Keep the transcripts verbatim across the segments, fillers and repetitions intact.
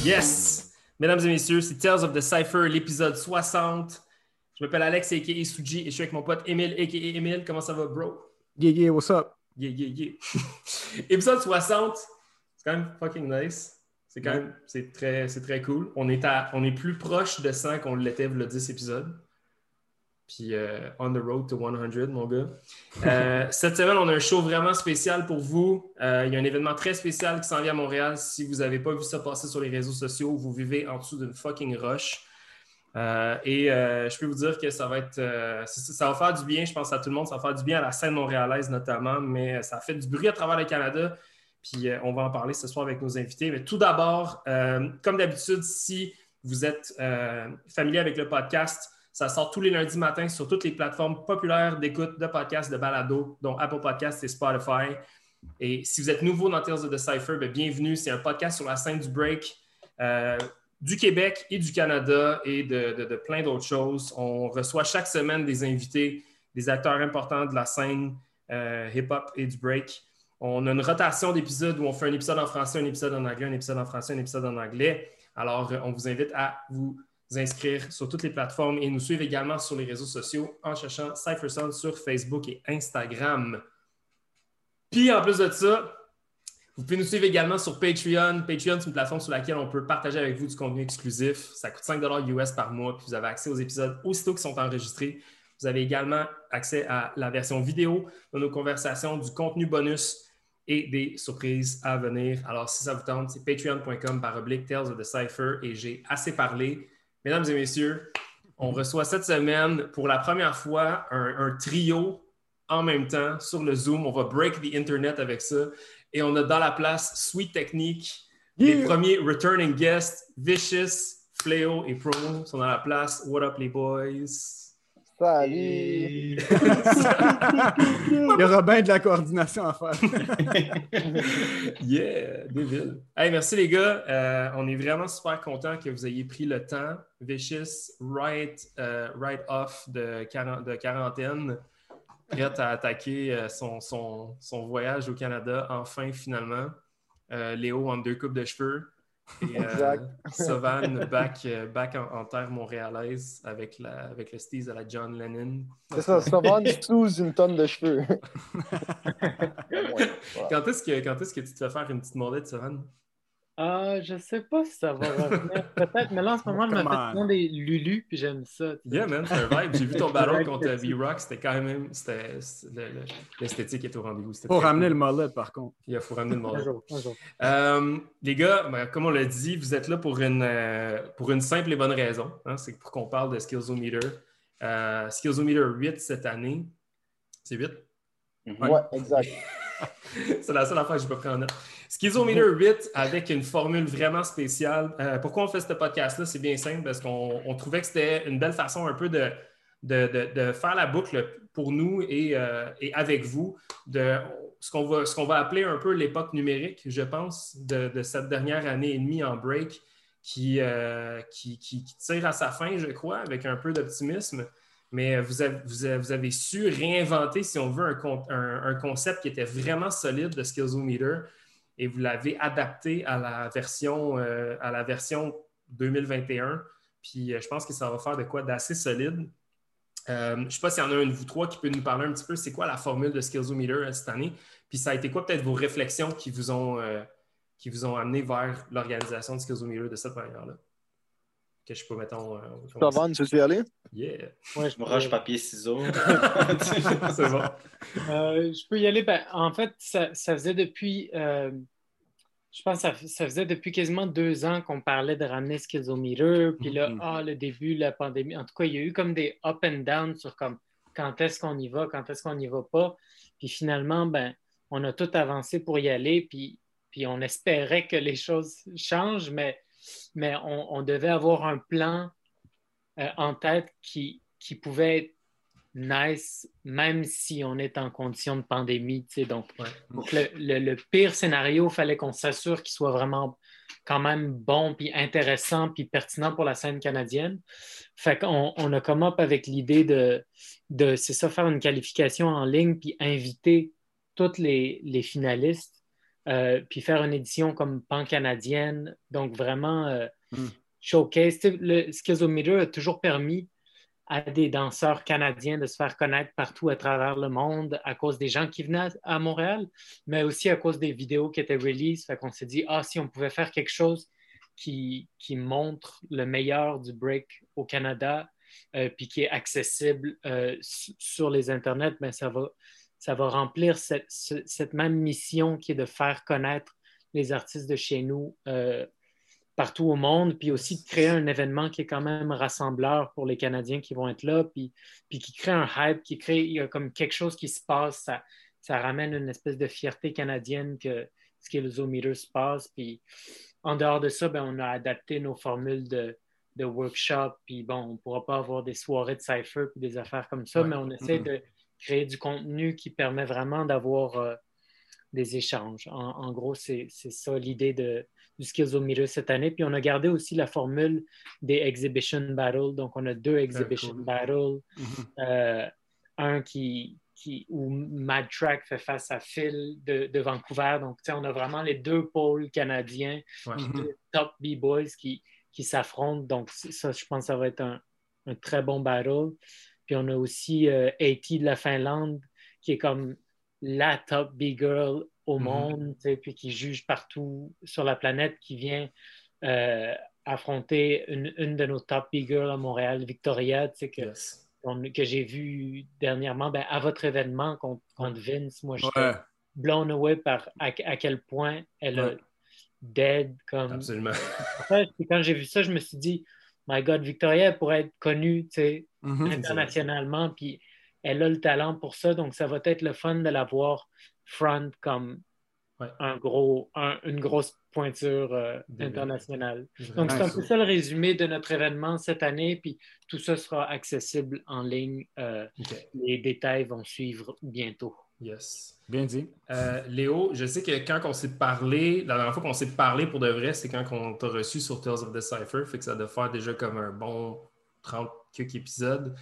Yes! Mesdames et messieurs, c'est Tales of the Cypher, l'épisode soixante. Je m'appelle Alex, a k a. Suji, et je suis avec mon pote Emile, a k a. Emile. Comment ça va, bro? Yeah, yeah, what's up? Yeah, yeah, yeah. Épisode soixante, c'est quand même fucking nice. C'est quand même, c'est très, c'est très cool. On est, à, on est plus proche de cent qu'on l'était le dix épisodes. Puis euh, on the road to one hundred, mon gars. Euh, cette semaine, on a un show vraiment spécial pour vous. Euh, il y a un événement très spécial qui s'en vient à Montréal. Si vous n'avez pas vu ça passer sur les réseaux sociaux, vous vivez en dessous d'une fucking roche. Euh, et euh, je peux vous dire que ça va être, euh, ça, ça va faire du bien, je pense, à tout le monde. Ça va faire du bien à la scène montréalaise notamment, mais ça fait du bruit à travers le Canada. Puis euh, on va en parler ce soir avec nos invités. Mais tout d'abord, euh, comme d'habitude, si vous êtes euh, familier avec le podcast, ça sort tous les lundis matins sur toutes les plateformes populaires d'écoute de podcasts, de balado, dont Apple Podcasts et Spotify. Et si vous êtes nouveau dans Tales of the Cypher, bien, bienvenue. C'est un podcast sur la scène du break euh, du Québec et du Canada et de, de, de plein d'autres choses. On reçoit chaque semaine des invités, des acteurs importants de la scène euh, hip-hop et du break. On a une rotation d'épisodes où on fait un épisode en français, un épisode en anglais, un épisode en français, un épisode en anglais. Alors, on vous invite à vous inscrire sur toutes les plateformes et nous suivre également sur les réseaux sociaux en cherchant CypherSound sur Facebook et Instagram. Puis en plus de ça, vous pouvez nous suivre également sur Patreon. Patreon, c'est une plateforme sur laquelle on peut partager avec vous du contenu exclusif. Ça coûte cinq dollars U S par mois, puis vous avez accès aux épisodes aussitôt qu'ils sont enregistrés. Vous avez également accès à la version vidéo de nos conversations, du contenu bonus et des surprises à venir. Alors, si ça vous tente, c'est patreon.com par oblique Tales of the Cypher et j'ai assez parlé. Mesdames et messieurs, on reçoit cette semaine pour la première fois un, un trio en même temps sur le Zoom. On va break the Internet avec ça. Et on a dans la place Sweet Technique. Yeah. Les premiers returning guests, Vicious, Fléau et Promo sont dans la place. What up les boys? Salut! Il y aura bien de la coordination à faire. Yeah, débile. Hey, merci les gars. Euh, on est vraiment super contents que vous ayez pris le temps. Vicious, right, uh, right off de, quar- de quarantaine, prête à attaquer euh, son, son, son voyage au Canada, enfin, finalement. Euh, Léo en deux coupes de cheveux. Et euh, Sovan back, back en, en terre montréalaise avec, la, avec le style à la John Lennon. C'est ça, Sovan sous une tonne de cheveux. Ouais, voilà. Quand est-ce que, quand est-ce que tu te fais faire une petite moldette, Sovan? Euh, je sais pas si ça va revenir. Peut-être, mais là en ce moment, je me fais souvent des Lulu, puis j'aime ça. T'sais. Yeah, man, c'est un vibe. J'ai vu ton ballon contre V-Rock, c'était quand même. C'était, c'était, le, l'esthétique est au rendez-vous. Il faut ramener cool. le mollet, par contre. Il faut ramener le mollet. Un jour, un jour. Euh, les gars, ben, comme on l'a dit, vous êtes là pour une, euh, pour une simple et bonne raison. Hein, c'est pour qu'on parle de Skillzometer. Euh, Skillzometer huit cette année. C'est huit? Ouais, ouais exact. C'est la seule affaire que je peux prendre en note. Skillzometer huit avec une formule vraiment spéciale. Euh, pourquoi on fait ce podcast-là? C'est bien simple parce qu'on on trouvait que c'était une belle façon un peu de, de, de, de faire la boucle pour nous et, euh, et avec vous de ce qu'on va, ce qu'on va appeler un peu l'époque numérique, je pense, de, de cette dernière année et demie en break qui, euh, qui, qui, qui tire à sa fin, je crois, avec un peu d'optimisme. Mais vous avez, vous, avez, vous avez su réinventer, si on veut, un, un, un concept qui était vraiment solide de Skillzometer et vous l'avez adapté à la version, euh, à la version deux mille vingt et un. Puis euh, je pense que ça va faire de quoi d'assez solide. Euh, je ne sais pas s'il y en a un de vous trois qui peut nous parler un petit peu, c'est quoi la formule de Skillzometer cette année? Puis ça a été quoi peut-être vos réflexions qui vous ont, euh, qui vous ont amené vers l'organisation de Skillzometer de cette manière-là? Que je peux, mettons... Euh, Sovan, tu veux y aller? Yeah! Ouais, je me roche papier, ciseaux. C'est bon. Euh, je peux y aller. Ben, en fait, ça, ça faisait depuis... Euh, je pense que ça, ça faisait depuis quasiment deux ans qu'on parlait de ramener Skillzometer. Puis là, mm-hmm. ah, le début, la pandémie. En tout cas, il y a eu comme des up and down sur comme quand est-ce qu'on y va, quand est-ce qu'on n'y va pas. Puis finalement, ben, on a tout avancé pour y aller. Puis, puis on espérait que les choses changent, mais... mais on, on devait avoir un plan euh, en tête qui, qui pouvait être nice, même si on est en condition de pandémie. Donc, ouais. donc le, le, le pire scénario, il fallait qu'on s'assure qu'il soit vraiment quand même bon, puis intéressant, puis pertinent pour la scène canadienne. Fait qu'on on a come up avec l'idée de, de, c'est ça, faire une qualification en ligne, puis inviter tous les, les finalistes euh, puis faire une édition comme pan-canadienne. Donc, vraiment euh, Mm. showcase. Tu sais, le Skillsometer a toujours permis à des danseurs canadiens de se faire connaître partout à travers le monde à cause des gens qui venaient à, à Montréal, mais aussi à cause des vidéos qui étaient release. Fait qu'on s'est dit, ah, si on pouvait faire quelque chose qui, qui montre le meilleur du break au Canada, euh, puis qui est accessible euh, sur les internets, ben ça va, ça va remplir cette, cette même mission qui est de faire connaître les artistes de chez nous euh, partout au monde, puis aussi de créer un événement qui est quand même rassembleur pour les Canadiens qui vont être là, puis, puis qui crée un hype, qui crée il y a comme quelque chose qui se passe, ça, ça ramène une espèce de fierté canadienne que Skillsometer se passe, puis en dehors de ça, ben, on a adapté nos formules de, de workshop, puis bon, on ne pourra pas avoir des soirées de cypher puis des affaires comme ça, Ouais. mais on essaie Mm-hmm. de créer du contenu qui permet vraiment d'avoir euh, des échanges. En, en gros, c'est, c'est ça l'idée de, du Skillsometer cette année. Puis on a gardé aussi la formule des Exhibition Battles. Donc, on a deux Exhibition cool. Battles. Mhm. Euh, un qui, qui, où Mad Track fait face à Phil de, de Vancouver. Donc, tu sais, on a vraiment les deux pôles canadiens, Ouais. puis Mhm. deux top B-boys qui, qui s'affrontent. Donc, ça, je pense que ça va être un, un très bon battle. Puis on a aussi euh, A T de la Finlande, qui est comme la top B-girl au Mhm. monde, tu sais, puis qui juge partout sur la planète, qui vient euh, affronter une, une de nos top B-girls à Montréal, Victoria, tu sais, que, Yes. qu'on- que j'ai vu dernièrement ben, à votre événement contre, contre Vince. Moi, j'étais Ouais, blown away par à, à quel point elle a Ouais. dead comme Absolument. puis quand j'ai vu ça, je me suis dit, My God, Victoria elle pourrait être connue, tu sais, Mhm. internationalement, puis elle a le talent pour ça, donc ça va être le fun de la voir front comme Ouais. un gros, un- une grosse pointure euh, Des- internationale. Vraiment Donc c'est un peu cool. ça le résumé de notre événement cette année, puis tout ça sera accessible en ligne. Euh, OK. les détails vont suivre bientôt. Yes. Bien dit. Euh, Léo, je sais que quand on s'est parlé, la dernière fois qu'on s'est parlé pour de vrai, c'est quand on t'a reçu sur Tales of the Cypher, fait que ça doit faire déjà comme un bon trente quelques épisodes.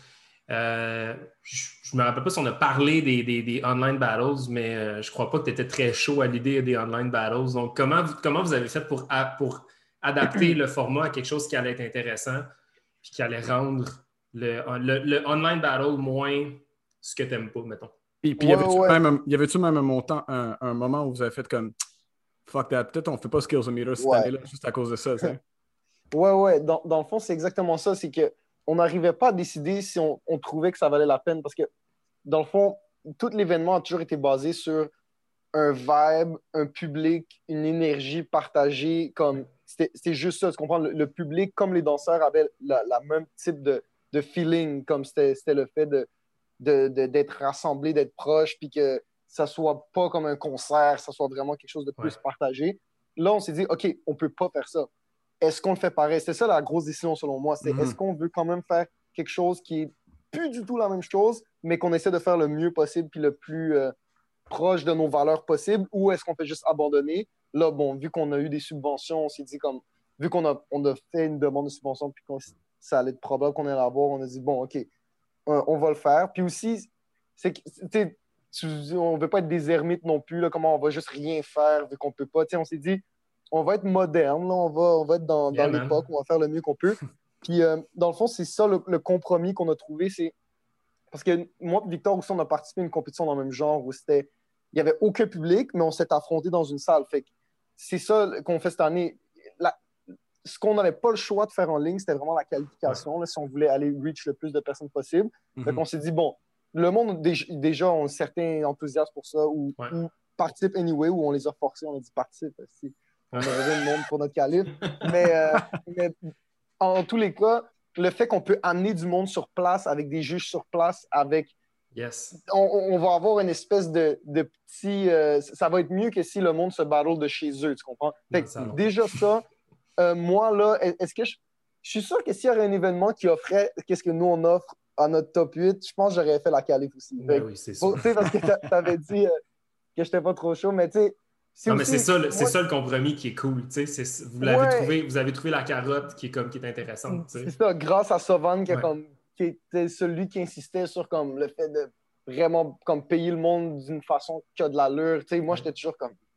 Euh, je ne me rappelle pas si on a parlé des, des, des online battles, mais euh, je ne crois pas que tu étais très chaud à l'idée des online battles. Donc, comment vous, comment vous avez fait pour, a- pour adapter le format à quelque chose qui allait être intéressant puis qui allait rendre le, le, le online battle moins ce que tu n'aimes pas, mettons? Puis, puis Ouais, y avait-tu ouais. même, un- y avait-tu même un, montant, un, un moment où vous avez fait comme fuck that, peut-être on fait pas Skillsometer cette Ouais. année-là juste à cause de ça, tu sais. Ouais, ouais. Dans, dans le fond, c'est exactement ça. C'est qu'on n'arrivait pas à décider si on, on trouvait que ça valait la peine parce que, dans le fond, tout l'événement a toujours été basé sur un vibe, un public, une énergie partagée. Comme c'était c'était juste ça, tu comprends? Le, le public, comme les danseurs, avaient la, la même type de, de feeling, comme c'était c'était le fait de, de, de- d'être rassemblés, d'être proches, puis que ça soit pas comme un concert, ça soit vraiment quelque chose de plus Ouais. partagé. Là, on s'est dit, OK, on peut pas faire ça. Est-ce qu'on le fait pareil? C'est ça la grosse décision selon moi. C'est Mhm. est-ce qu'on veut quand même faire quelque chose qui est plus du tout la même chose, mais qu'on essaie de faire le mieux possible puis le plus euh, proche de nos valeurs possibles, ou est-ce qu'on fait juste abandonner? Là, bon, vu qu'on a eu des subventions, on s'est dit comme, vu qu'on a, on a fait une demande de subvention puis que ça allait être probable qu'on allait l'avoir, on a dit, bon, OK, euh, on va le faire. Puis aussi, c'est que, tu sais, tu- on ne veut pas être des ermites non plus, là, comment on va juste rien faire vu qu'on peut pas. Tu sais, on s'est dit, on va être moderne, là, on, va, on va être dans, Yeah, dans man. l'époque, on va faire le mieux qu'on peut. Puis, euh, dans le fond, c'est ça le, le compromis qu'on a trouvé. C'est parce que moi et Victor aussi, on a participé à une compétition dans le même genre où c'était, il n'y avait aucun public, mais on s'est affronté dans une salle. Fait que c'est ça qu'on fait cette année. La- ce qu'on n'avait pas le choix de faire en ligne, c'était vraiment la qualification, là, si on voulait aller reach le plus de personnes possible. Fait Mhm. qu'on s'est dit, bon, le monde dé- déjà a un certain enthousiasme pour ça, ou, Ouais. ou participe anyway, ou on les a forcés, on a dit participe. Si on aurait besoin de monde pour notre calibre. Mais, euh, mais en tous les cas, le fait qu'on peut amener du monde sur place avec des juges sur place, avec Yes. on, on va avoir une espèce de, de petit. Euh, ça va être mieux que si le monde se battle de chez eux, tu comprends? Dans Fait le que salon. déjà ça, euh, moi là, est-ce que je, je suis sûr que s'il y aurait un événement qui offrait qu'est-ce que nous on offre à notre top huit, je pense que j'aurais fait la qualif aussi. Fait Ben que, oui, c'est bon, sûr. tu sais, parce que t'a- t'avais dit euh, que j'étais pas trop chaud, mais tu sais, c'est Non, mais aussi. c'est ça, le- c'est moi, ça le compromis qui est cool. tu sais, c'est- Vous l'avez ouais, trouvé, vous avez trouvé la carotte qui est comme qui est intéressante. tu sais. c'est ça, grâce à Sovan qui, a Ouais. comme, qui était celui qui insistait sur comme, le fait de vraiment comme, payer le monde d'une façon qui a de l'allure. Tu sais, moi, Ouais. j'étais toujours comme.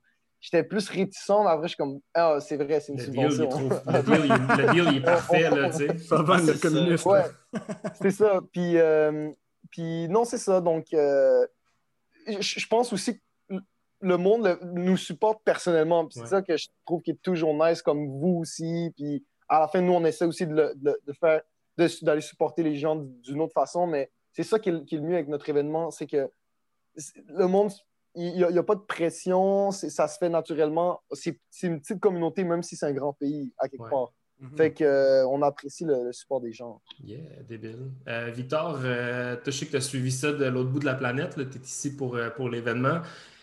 j'étais plus réticent, mais après, je suis comme, ah, c'est vrai, c'est une Le deal, il est subvention. trop- le deal, il- le deal, il est parfait, là, tu sais. Ça va, Ah, le c'est ça. communiste. Ouais, là. c'est ça. Puis, euh, puis non, c'est ça. Donc, euh, je je pense aussi que le monde le- nous supporte personnellement. Puis Ouais. c'est ça que je trouve qui est toujours nice, comme vous aussi. Puis à la fin, nous, on essaie aussi de, le- de- de faire, de- d'aller supporter les gens d'une autre façon. Mais c'est ça qui est, qui est le mieux avec notre événement, c'est que c'est- le monde, il n'y a, il y a pas de pression, c'est- ça se fait naturellement. C'est c'est une petite communauté, même si c'est un grand pays, à quelque Ouais. part. Mhm. Fait que, euh, on apprécie le, le support des gens. Yeah, débile. Euh, Victor, euh, toi, je sais que tu as suivi ça de l'autre bout de la planète. Tu es ici pour, euh, pour l'événement.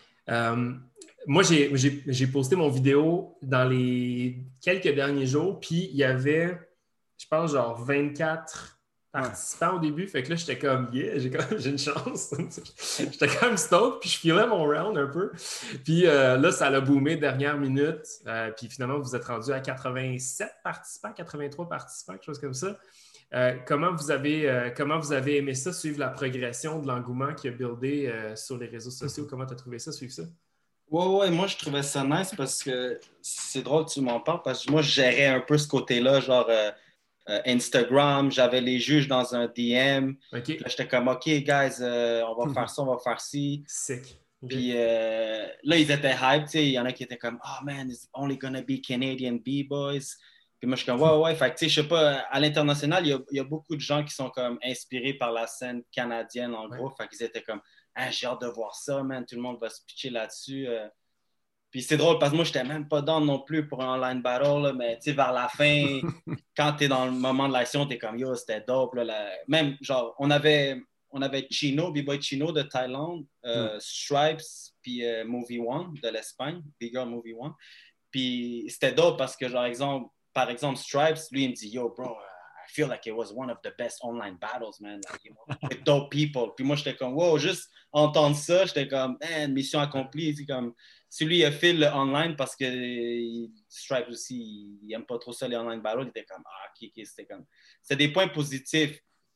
Euh, moi, j'ai, j'ai, j'ai posté mon vidéo dans les quelques derniers jours, puis il y avait, je pense, genre vingt-quatre participants au début. Fait que là, j'étais comme, yeah, j'ai, quand même, j'ai une chance. J'étais quand même stoked, puis je filais mon round un peu. Puis euh, là, ça l'a boomé dernière minute. Euh, puis finalement, vous êtes rendu à quatre-vingt-sept participants, quatre-vingt-trois participants, quelque chose comme ça. Euh, comment, vous avez, euh, comment vous avez aimé ça, suivre la progression de l'engouement qui a buildé euh, sur les réseaux sociaux? Comment tu as trouvé ça, suivre ça? Ouais, ouais, moi je trouvais ça nice parce que c'est drôle que tu m'en parles parce que moi je gérais un peu ce côté-là, genre euh, euh, Instagram, j'avais les juges dans un D M. OK. Puis là, j'étais comme, OK, guys, euh, on va faire ça, on va faire ci. Sick. OK. Puis euh, là, ils étaient hype, tu sais. Il y en a qui étaient comme, oh man, it's only gonna be Canadian B-Boys. Puis moi, je suis comme, ouais, ouais. Fait que, tu sais, je sais pas, à l'international, il y, a, il y a beaucoup de gens qui sont comme inspirés par la scène canadienne, en Ouais. gros. Fait qu'ils étaient comme, ah, j'ai hâte de voir ça, man. Tout le monde va se pitcher là-dessus. euh. Puis c'est drôle parce que moi, j'étais même pas dans non plus pour un online battle, là, mais tu sais, vers la fin, quand t'es dans le moment de l'action, t'es comme, yo, c'était dope. Là, la- Même, genre, on avait, on avait Chino, B-Boy Chino de Thaïlande, euh, Stripes, puis euh, Movie One de l'Espagne, Big Girl Movie One. Puis c'était dope parce que, genre, exemple, par exemple, Stripes, lui, il me dit, yo, bro, uh, I feel like it was one of the best online battles, man. Like, you know, with dope people. Puis moi, j'étais comme, wow, juste entendre ça, j'étais comme, man, mission accomplie. C'est comme, si lui, il a fait le online parce que il, Stripes aussi, il aime pas trop ça, les online battles, il était comme, ah, ok, ok, c'était comme, c'est des points positifs.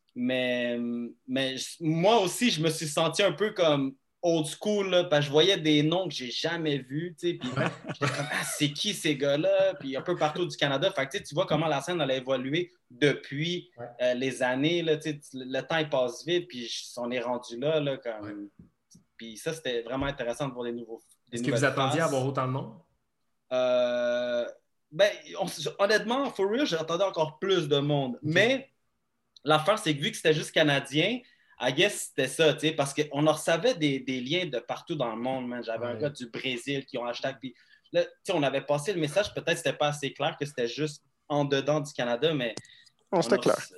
Mais, mais moi aussi, je me suis senti un peu comme old school, là, parce que je voyais des noms que j'ai jamais vus, tu sais, puis j'étais comme, ah, c'est qui ces gars-là? Puis un peu partout du Canada. Fait que tu vois comment la scène elle a évolué depuis Ouais. euh, les années, là, tu sais, le temps il passe vite, puis on est rendu là, là, comme... Ouais. Puis ça, c'était vraiment intéressant de voir des nouveaux des Est-ce que vous nouvelles attendiez à faces. avoir autant de monde? Euh, ben, on- honnêtement, for real, j'attendais encore plus de monde. Mais l'affaire, c'est que vu que c'était juste canadien, I guess c'était ça, tu sais, parce qu'on en recevait des, des liens de partout dans le monde, man. J'avais Ouais. un gars du Brésil qui ont hashtag, puis là, tu sais, on avait passé le message, peut-être que c'était pas assez clair que c'était juste en dedans du Canada, mais... Non, c'était on a- clair.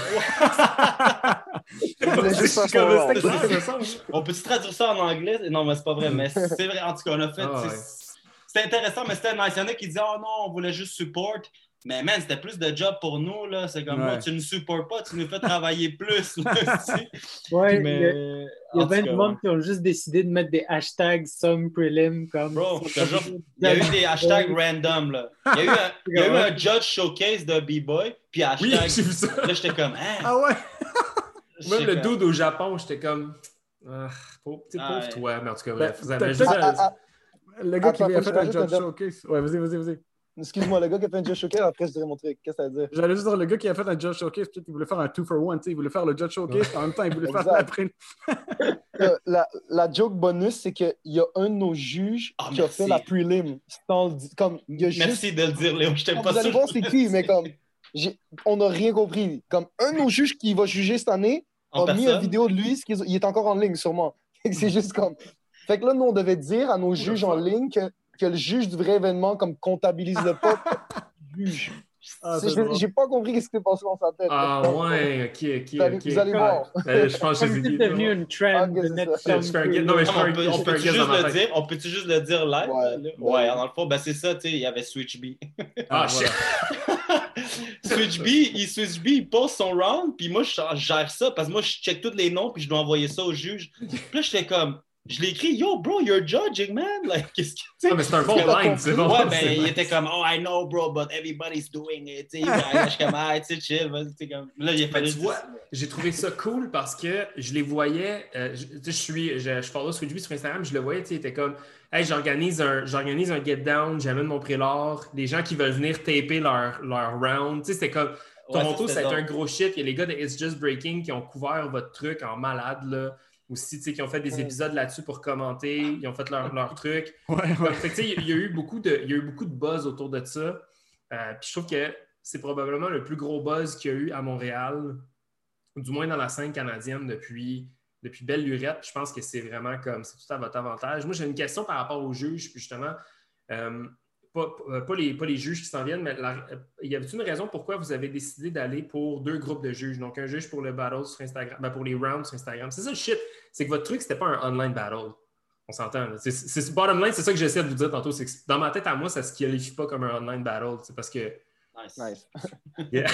Je voulais juste faire son C'était round. clair, ça semble. On peut-tu traduire ça en anglais? Non, mais c'est pas vrai, mais c'est vrai. En tout cas, on a fait... Ah, c'est- ouais. C'était intéressant, mais c'était nice. Il y en a qui disaient « Oh non, on voulait juste support. » Mais man, c'était plus de job pour nous, là. C'est comme, Ouais. non, tu ne supportes pas, tu nous fais travailler plus, là, tu sais. Ouais, Mais... il y a, il y a en tout bien cas, de monde ouais. qui ont juste décidé de mettre des hashtags some prelim comme. Bro, je te jure, il y a eu des hashtags random, là. Il y a eu un, il y a eu un judge showcase de B-Boy, puis Oui, hashtag... j'ai vu ça. Là, j'étais comme, hein? Ah ouais? J'étais Même le comme- dude au Japon, j'étais comme. Ah, pauvre, tu sais, Ah, pauvre ouais. toi, mais en tout cas, Ben, bref, vous t'as avez peut-être- juste. Ah, ah, Le gars qui Attends, lui a faut fait que un je judge rajoute un showcase. Ouais, vas-y, vas-y, vas-y. Excuse-moi, le gars qui a fait un judge showcase, après je dirais mon truc. Qu'est-ce que ça veut dire? J'allais juste dire, le gars qui a fait un judge showcase, peut-être qu'il voulait faire un two for one, tu sais, il voulait faire le judge showcase, en même temps, il voulait faire Exact. l'après. Euh, la, la joke bonus, c'est qu'il y a un de nos juges Ah, qui a merci. fait la prelim. Sans le di- comme, il y a juste, Merci de le dire, Léo. J'étais comme pas vous allez sûr. voir c'est qui, mais comme j'ai- on n'a rien compris. Comme un de nos juges qui va juger cette année En a mis une personne. vidéo de lui, ce qui est- il est encore en ligne sûrement. Fait que c'est juste comme. Fait que là, nous, on devait dire à nos juges en ligne que, que le juge du vrai événement comme comptabilise le pas. juge. Ah, C'est- c'est je- drôle. J'ai pas compris ce qui s'est passé dans sa tête. Ah, Donc, ouais, ok, ok. Vous allez, ok. vous allez voir. Euh, je pense que Comme j'ai c'est dit. devenu une trend Ah, de c'est mettre ça. some Je fais un prelim. guess. Non, mais je Non, fais un- on peut, je on fais un peut-tu guess juste dans ma le tête. dire? On peut-tu juste le dire live? Ouais. là, Léo? Ouais. Ouais, dans le fond, ben c'est ça, tu sais, il y avait Switch B. Ah, voilà. shit. Switch B, il, Switch B, il pose son round, puis moi, je je gère ça, parce que moi, je check tous les noms, puis je dois envoyer ça au juge. Puis là, j'étais comme, Je l'ai écrit, yo, bro, you're judging, man. Like, qu'est-ce que tu sais? Ah, mais c'est un bon line, c'est bon. Ouais, ben, c'est il nice. était comme, oh, I know, bro, but everybody's doing it. Tu sais, ouais, je suis comme, ah, tu sais, chill. vas-y, tu sais, comme... Là, il a Ben, fallu. tu vois, j'ai trouvé ça cool parce que je les voyais. Euh, je, tu sais, je suis, je, je follow Switchby sur Instagram, je le voyais, tu sais, il était comme, hey, j'organise un, j'organise un get down, j'amène mon prélord, des gens qui veulent venir taper leur, leur round. Tu sais, c'était comme, Toronto, Ouais, ça a été drôle. un gros shit. Il y a les gars de It's Just Breaking qui ont couvert votre truc en malade, là. Aussi, tu sais, qui ont fait des épisodes là-dessus pour commenter. Ils ont fait leur, leur truc. Ouais, ouais. Comme, fait que, tu sais, il y a eu beaucoup de, il y a eu beaucoup de buzz autour de ça. Euh, puis je trouve que c'est probablement le plus gros buzz qu'il y a eu à Montréal, du moins dans la scène canadienne depuis, depuis belle lurette. Je pense que c'est vraiment comme, c'est tout à votre avantage. Moi, j'ai une question par rapport aux juges, justement. Euh, Pas, pas, les, pas les juges qui s'en viennent, mais la, y avait-il une raison pourquoi vous avez décidé d'aller pour deux groupes de juges? Donc, un juge pour le battle sur Instagram, ben pour les rounds sur Instagram. C'est ça le shit. C'est que votre truc, c'était pas un online battle. On s'entend. C'est, c'est, bottom line, c'est ça que j'essaie de vous dire tantôt. C'est que dans ma tête à moi, ça se qualifie pas comme un online battle. C'est parce que. Nice. Nice. Yeah.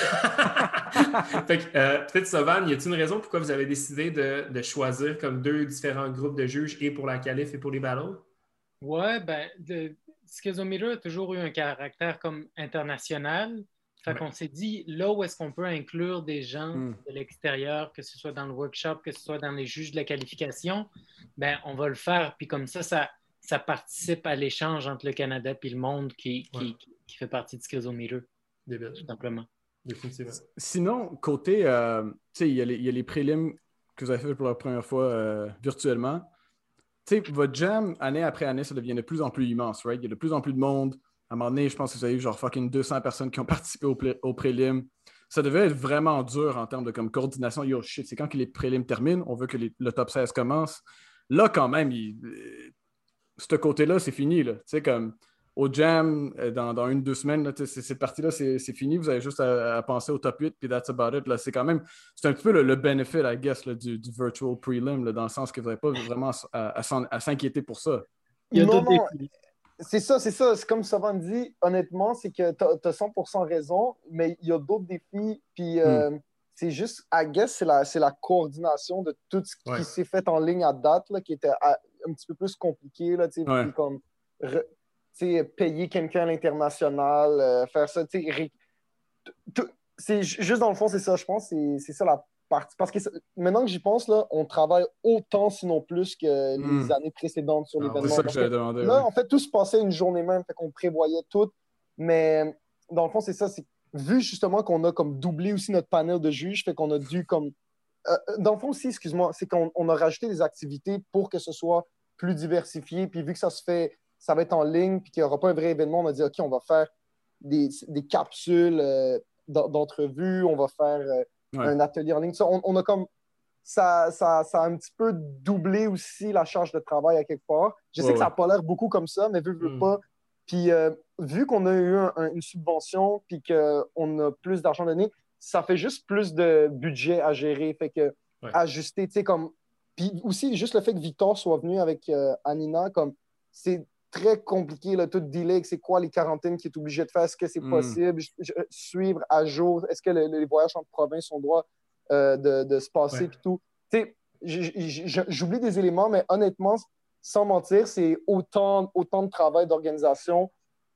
Fait que, euh, peut-être, Sovan, y a-t-il une raison pourquoi vous avez décidé de, de choisir comme deux différents groupes de juges, et pour la qualif et pour les battles? Ouais, ben, de... Skillsometer a toujours eu un caractère comme international. Fait Ouais. qu'on s'est dit, là où est-ce qu'on peut inclure des gens Mm. de l'extérieur, que ce soit dans le workshop, que ce soit dans les juges de la qualification, ben on va le faire. Puis comme ça, ça, ça participe à l'échange entre le Canada et le monde qui, qui, Ouais. qui fait partie de Skillsometer, Débile. tout simplement. Définitivement. Sinon, côté, euh, tu sais, il y, a les- il y a les prélims que vous avez fait pour la première fois euh, virtuellement. Tu sais, votre jam, année après année, ça devient de plus en plus immense, right? Il y a de plus en plus de monde. À un moment donné, je pense que vous avez eu genre fucking deux cents personnes qui ont participé au, plé- au prélim. Ça devait être vraiment dur en termes de comme coordination. Yo, shit, c'est quand que les prélims terminent, on veut que les- le top seize commence. Là, quand même, il, euh, ce côté-là, c'est fini, là. Tu sais, comme au jam, euh, dans, dans une, deux semaines, là, tu sais, c'est- cette partie-là, c'est, c'est fini. Vous avez juste à, à penser au top huit, puis that's about it. Là, c'est quand même, c'est un petit peu le, le benefit, I guess, là, du, du virtual prelim, là, dans le sens que vous n'avez pas vraiment à, à s'en- à s'inquiéter pour ça. Il y a Non, d'autres non, défis. c'est ça, c'est ça. C'est comme Savan dit, honnêtement, c'est que tu as cent pour cent raison, mais il y a d'autres défis. Puis euh, c'est juste, I guess, c'est la, c'est la coordination de tout ce qui Ouais. s'est fait en ligne à date, là, qui était à- un petit peu plus compliqué. Là, tu sais, Ouais. puis comme re- tu sais, payer quelqu'un à l'international, euh, faire ça. tu sais, ré- tout- c'est ju- juste dans le fond, c'est ça, je pense. C'est c'est ça la partie. Parce que ça- maintenant que j'y pense, là, on travaille autant, sinon plus, que Mm. les années précédentes sur Ah, l'événement. C'est ça que Parce j'avais que demandé. Là, ouais. en fait, tout se passait une journée même, fait qu'on prévoyait tout. Mais dans le fond, c'est ça. C'est vu justement qu'on a comme doublé aussi notre panel de juges, fait qu'on a dû comme. euh, dans le fond aussi, excuse-moi, c'est qu'on on a rajouté des activités pour que ce soit plus diversifié. Puis vu que ça se fait, ça va être en ligne, puis qu'il n'y aura pas un vrai événement, on a dit OK, on va faire des, des capsules euh, d'en- d'entrevues, on va faire euh, Ouais. un atelier en ligne. Ça, on, on a comme ça, ça, ça a un petit peu doublé aussi la charge de travail à quelque part. Je sais Ouais, que ça n'a ouais. pas l'air beaucoup comme ça, mais vu, vu Mm. pas. Puis euh, vu qu'on a eu un- un- une subvention, puis qu'on a plus d'argent donné, ça fait juste plus de budget à gérer. Fait que Ouais. ajuster, tu sais, comme. Puis aussi, juste le fait que Victor soit venu avec euh, Anina, comme c'est très compliqué, là, tout dealer avec c'est quoi les quarantaines qu'il est obligé de faire, est-ce que c'est Mm. possible, je- je- suivre à jour, est-ce que le- les voyages entre provinces ont droit euh, de, de se passer, Ouais. puis tout. Tu sais, j- j- j- j'oublie des éléments, mais honnêtement, sans mentir, c'est autant, autant de travail d'organisation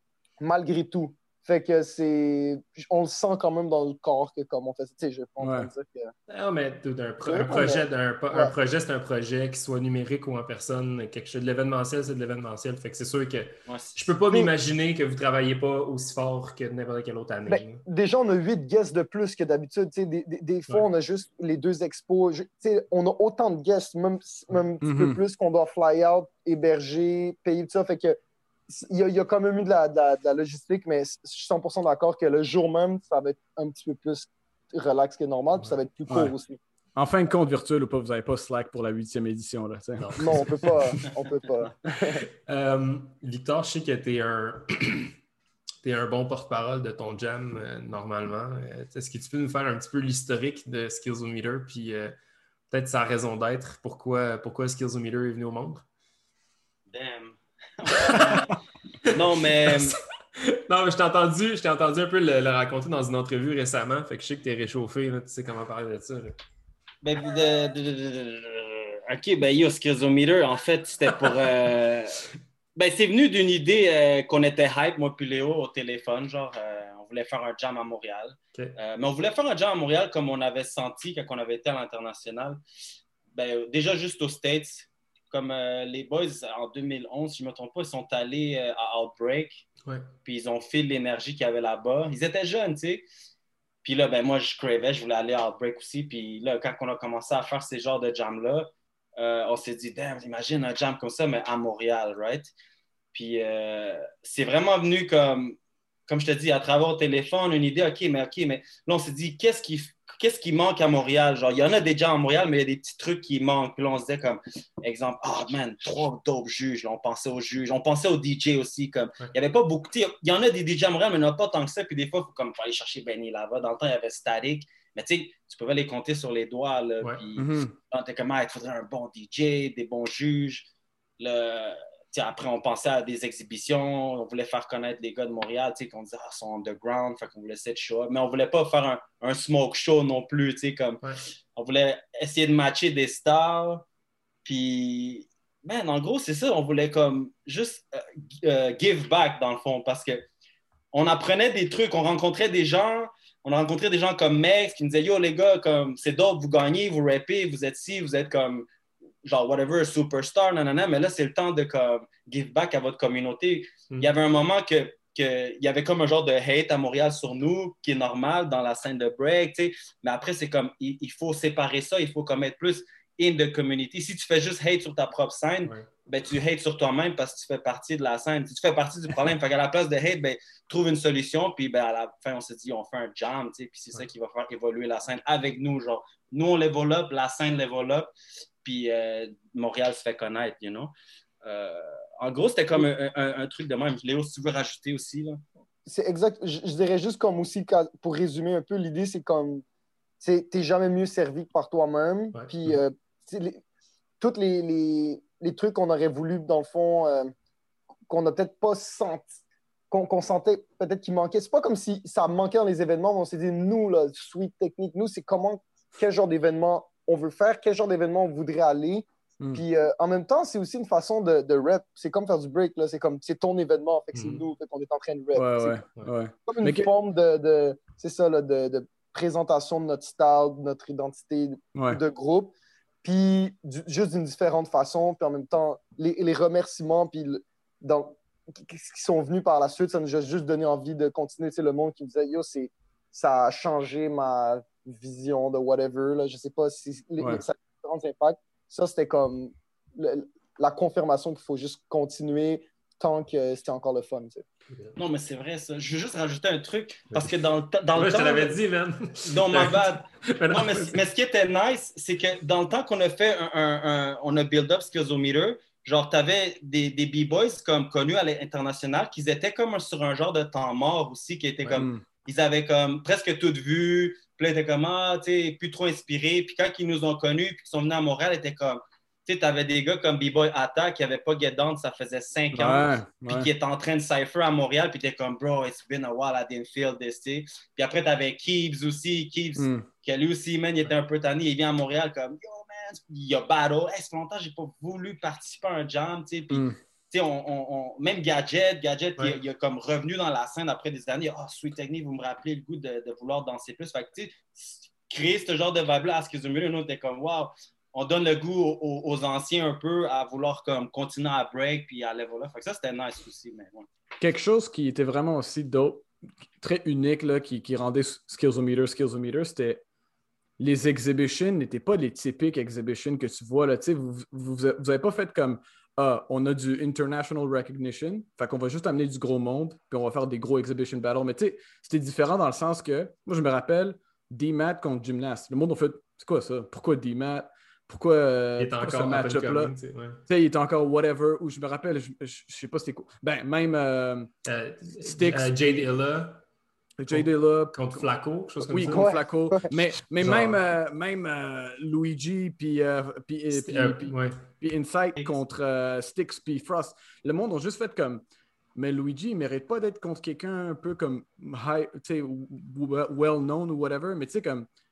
malgré tout. Fait que c'est. On le sent quand même dans le corps que comme on fait. Tu sais, je vais pas en train de dire que. Non, mais dude, un, pro- Ouais, un projet, mais- d'un, un ouais. projet, c'est un projet, qu'il soit numérique ou en personne. Quelque chose de l'événementiel, c'est de l'événementiel. Fait que c'est sûr que Ouais, c'est- je peux pas Mais- m'imaginer que vous ne travaillez pas aussi fort que n'importe quelle autre année. Ben, déjà, on a huit guests de plus que d'habitude. Tu sais, Des, des, des fois, Ouais. on a juste les deux expos. Je- tu sais, on a autant de guests, même, même un petit Mhm. peu plus qu'on doit fly out, héberger, payer, tout ça. Fait que il y, a, il y a quand même eu de la, de la- de la logistique, mais je suis cent pour cent d'accord que le jour même, ça va être un petit peu plus relax que normal, puis ça va être plus court Ouais. aussi. En fin de compte, virtuel ou pas, vous n'avez pas Slack pour la huitième édition. Là, tu sais. Non. Non, on peut pas. On peut pas. Euh, Victor, je sais que tu es un... t'es un bon porte-parole de ton jam euh, normalement. Euh, est-ce que tu peux nous faire un petit peu l'historique de Skillsometer, puis euh, peut-être sa raison d'être, pourquoi, pourquoi Skillsometer est venu au monde? Damn. Non, mais. Non, mais je t'ai entendu, je t'ai entendu un peu le, le raconter dans une entrevue récemment, fait que je sais que t'es réchauffé, là, tu sais comment parler de ça. là. Ben, de- de- de- de- de- OK, ben yo, Skillsometer, en fait, c'était pour... Euh... Ben, c'est venu d'une idée euh, qu'on était hype, moi puis Léo, au téléphone, genre, euh, on voulait faire un jam à Montréal. Okay. Euh, mais on voulait faire un jam à Montréal comme on avait senti quand on avait été à l'international. Ben, déjà, juste aux States, comme euh, les boys, en deux mille onze, si je ne me trompe pas, ils sont allés euh, à Outbreak, ouais. Puis ils ont fait l'énergie qu'il y avait là-bas. Ils étaient jeunes, tu sais. Puis là, ben moi, je cravais, je voulais aller à Outbreak aussi. Puis là, quand on a commencé à faire ces genres de jams-là, euh, on s'est dit, damn, imagine un jam comme ça, mais à Montréal, right? Puis euh, c'est vraiment venu comme, comme je te dis, à travers le téléphone, une idée, OK, mais OK, mais là, on s'est dit, qu'est-ce qui, qu'est-ce qui manque à Montréal? Genre, il y en a des jams à Montréal, mais il y a des petits trucs qui manquent. Puis là, on se disait comme, exemple, oh man, trois dope juges. Là, on pensait aux juges. On pensait aux D J aussi. Comme, il n'y avait pas beaucoup. Il y en a des D J à Montréal, mais il n'y en a pas tant que ça. Puis des fois, il faut comme faut aller chercher Benny Lava. Dans le temps, il y avait Static. Mais tu sais, tu pouvais les compter sur les doigts. Là, ouais. Puis mm-hmm. on était comme, ah, il faudrait un bon D J, des bons juges. Le... Après, on pensait à des exhibitions. On voulait faire connaître les gars de Montréal, qu'on disait, ah, ils sont underground. Fait qu'on voulait cette show. Mais on ne voulait pas faire un, un smoke show non plus. Comme, ouais. On voulait essayer de matcher des stars. Puis, man, en gros, c'est ça. On voulait comme juste euh, euh, give back, dans le fond. Parce qu'on apprenait des trucs. On rencontrait des gens. On a rencontré des gens comme Mex qui nous disaient, yo, les gars, comme c'est dope, vous gagnez, vous rappez, vous êtes ci, vous êtes comme. genre whatever, superstar, nanana, mais là, c'est le temps de comme, give back à votre communauté. Mm. Il y avait un moment que, que il y avait comme un genre de hate à Montréal sur nous, qui est normal dans la scène de break, tu sais, mais après, c'est comme, il, il faut séparer ça, il faut comme être plus in the community. Si tu fais juste hate sur ta propre scène, ouais. ben, tu hates sur toi-même parce que tu fais partie de la scène. Si tu fais partie du problème, fait qu'à la place de hate, ben, trouve une solution, puis ben, à la fin, on s'est dit, on fait un jam, tu sais, puis c'est ouais. ça qui va faire évoluer la scène avec nous, genre, nous, on l'évolupe, la scène l'évolupe, puis euh, Montréal se fait connaître, you know. Euh, en gros, c'était comme un, un, un truc de même. Léo, si tu veux rajouter aussi, là. C'est exact. Je, je dirais juste comme aussi, pour résumer un peu, l'idée, c'est comme, t'es jamais mieux servi que par toi-même. Ouais. Puis, euh, les, tous les, les, les trucs qu'on aurait voulu, dans le fond, euh, qu'on n'a peut-être pas senti, qu'on qu'on sentait peut-être qu'il manquait. C'est pas comme si ça manquait dans les événements, mais on s'est dit, nous, là, Sweet Technique, nous, c'est comment, quel genre d'événement on veut faire, quel genre d'événement on voudrait aller. Mm. Puis euh, en même temps, c'est aussi une façon de, de rap. C'est comme faire du break, là. C'est comme, c'est ton événement, fait que c'est mm. nous, fait qu'on est en train de rap. Ouais, c'est ouais, ouais. comme une Mais forme que... de, de, c'est ça, là, de, de présentation de notre style, de notre identité ouais. de groupe. Puis du, juste d'une différente façon. Puis en même temps, les, les remerciements, puis le, dans, qui sont venus par la suite, ça nous a juste donné envie de continuer. Tu sais, le monde qui me disait, yo, c'est, ça a changé ma vision de whatever, là, je sais pas si ouais. ça a différents impacts. Ça, c'était comme le, la confirmation qu'il faut juste continuer tant que c'était encore le fun. Tu sais. Non, mais c'est vrai, ça. Je veux juste rajouter un truc, parce que dans le, dans ouais, le temps... Je te l'avais dit, man. Non, ma bad. non, mais, mais ce qui était nice, c'est que dans le temps qu'on a fait un... un, un on a build up Skillsometer, genre, t'avais des, des B-boys comme connus à l'international qui étaient comme sur un genre de temps mort aussi, qui était ouais. comme... Ils avaient comme presque tout vu, puis là, ils étaient comme, ah, tu sais, plus trop inspirés. Puis quand ils nous ont connus, puis qu'ils sont venus à Montréal, ils étaient comme, tu sais, t'avais des gars comme B-Boy Attack qui n'avaient pas Get Down, ça faisait cinq ans, ouais, puis ouais. qui étaient en train de cypher à Montréal, puis t'es comme, bro, it's been a while, I didn't feel this, tu sais. Puis après, t'avais Keebs aussi, Keebs, mm. qui lui aussi, man, il était un peu tanné, il vient à Montréal comme, yo, man, il y a battle, hey, ça fait longtemps que j'ai pas voulu participer à un jam, tu sais, puis. Mm. On, on, on, même Gadget, Gadget ouais. il, il a comme revenu dans la scène après des années. Ah, oh, Sweet Technique, vous me rappelez le goût de, de vouloir danser plus. Fait que, tu sais, créer ce genre de vibe-là à Skillsometer, nous, on était comme, wow, on donne le goût aux, aux anciens un peu à vouloir comme continuer à break puis à level up. Fait que ça, c'était nice aussi. Mais ouais. Quelque chose qui était vraiment aussi dope, très unique, là, qui, qui rendait Skillsometer, Skillsometer, c'était les exhibitions n'étaient pas les typiques exhibitions que tu vois. Là, tu sais, vous n'avez vous, vous pas fait comme. Ah, on a du international recognition, fait qu'on va juste amener du gros monde, puis on va faire des gros exhibition battles. Mais tu sais, c'était différent dans le sens que, moi je me rappelle, D-Mat contre Gymnast. Le monde a fait, c'est quoi ça? Pourquoi D-Mat? Pourquoi, euh, pourquoi ce match-up-là? Tu sais, il était encore whatever, ou je me rappelle, je, je, je sais pas c'était quoi. Ben, même euh, euh, Styx. Uh, Jay Dilla. Jay Dilla. Contre Flacco, chose comme oui, ça. contre Flacco. Mais, mais Genre... même, euh, même euh, Luigi, puis euh, euh, ouais. Insight contre euh, Styx, puis Frost. Le monde a juste fait comme. Mais Luigi, il ne mérite pas d'être contre quelqu'un un peu comme high, tu sais, well known ou whatever. Mais tu sais, comme.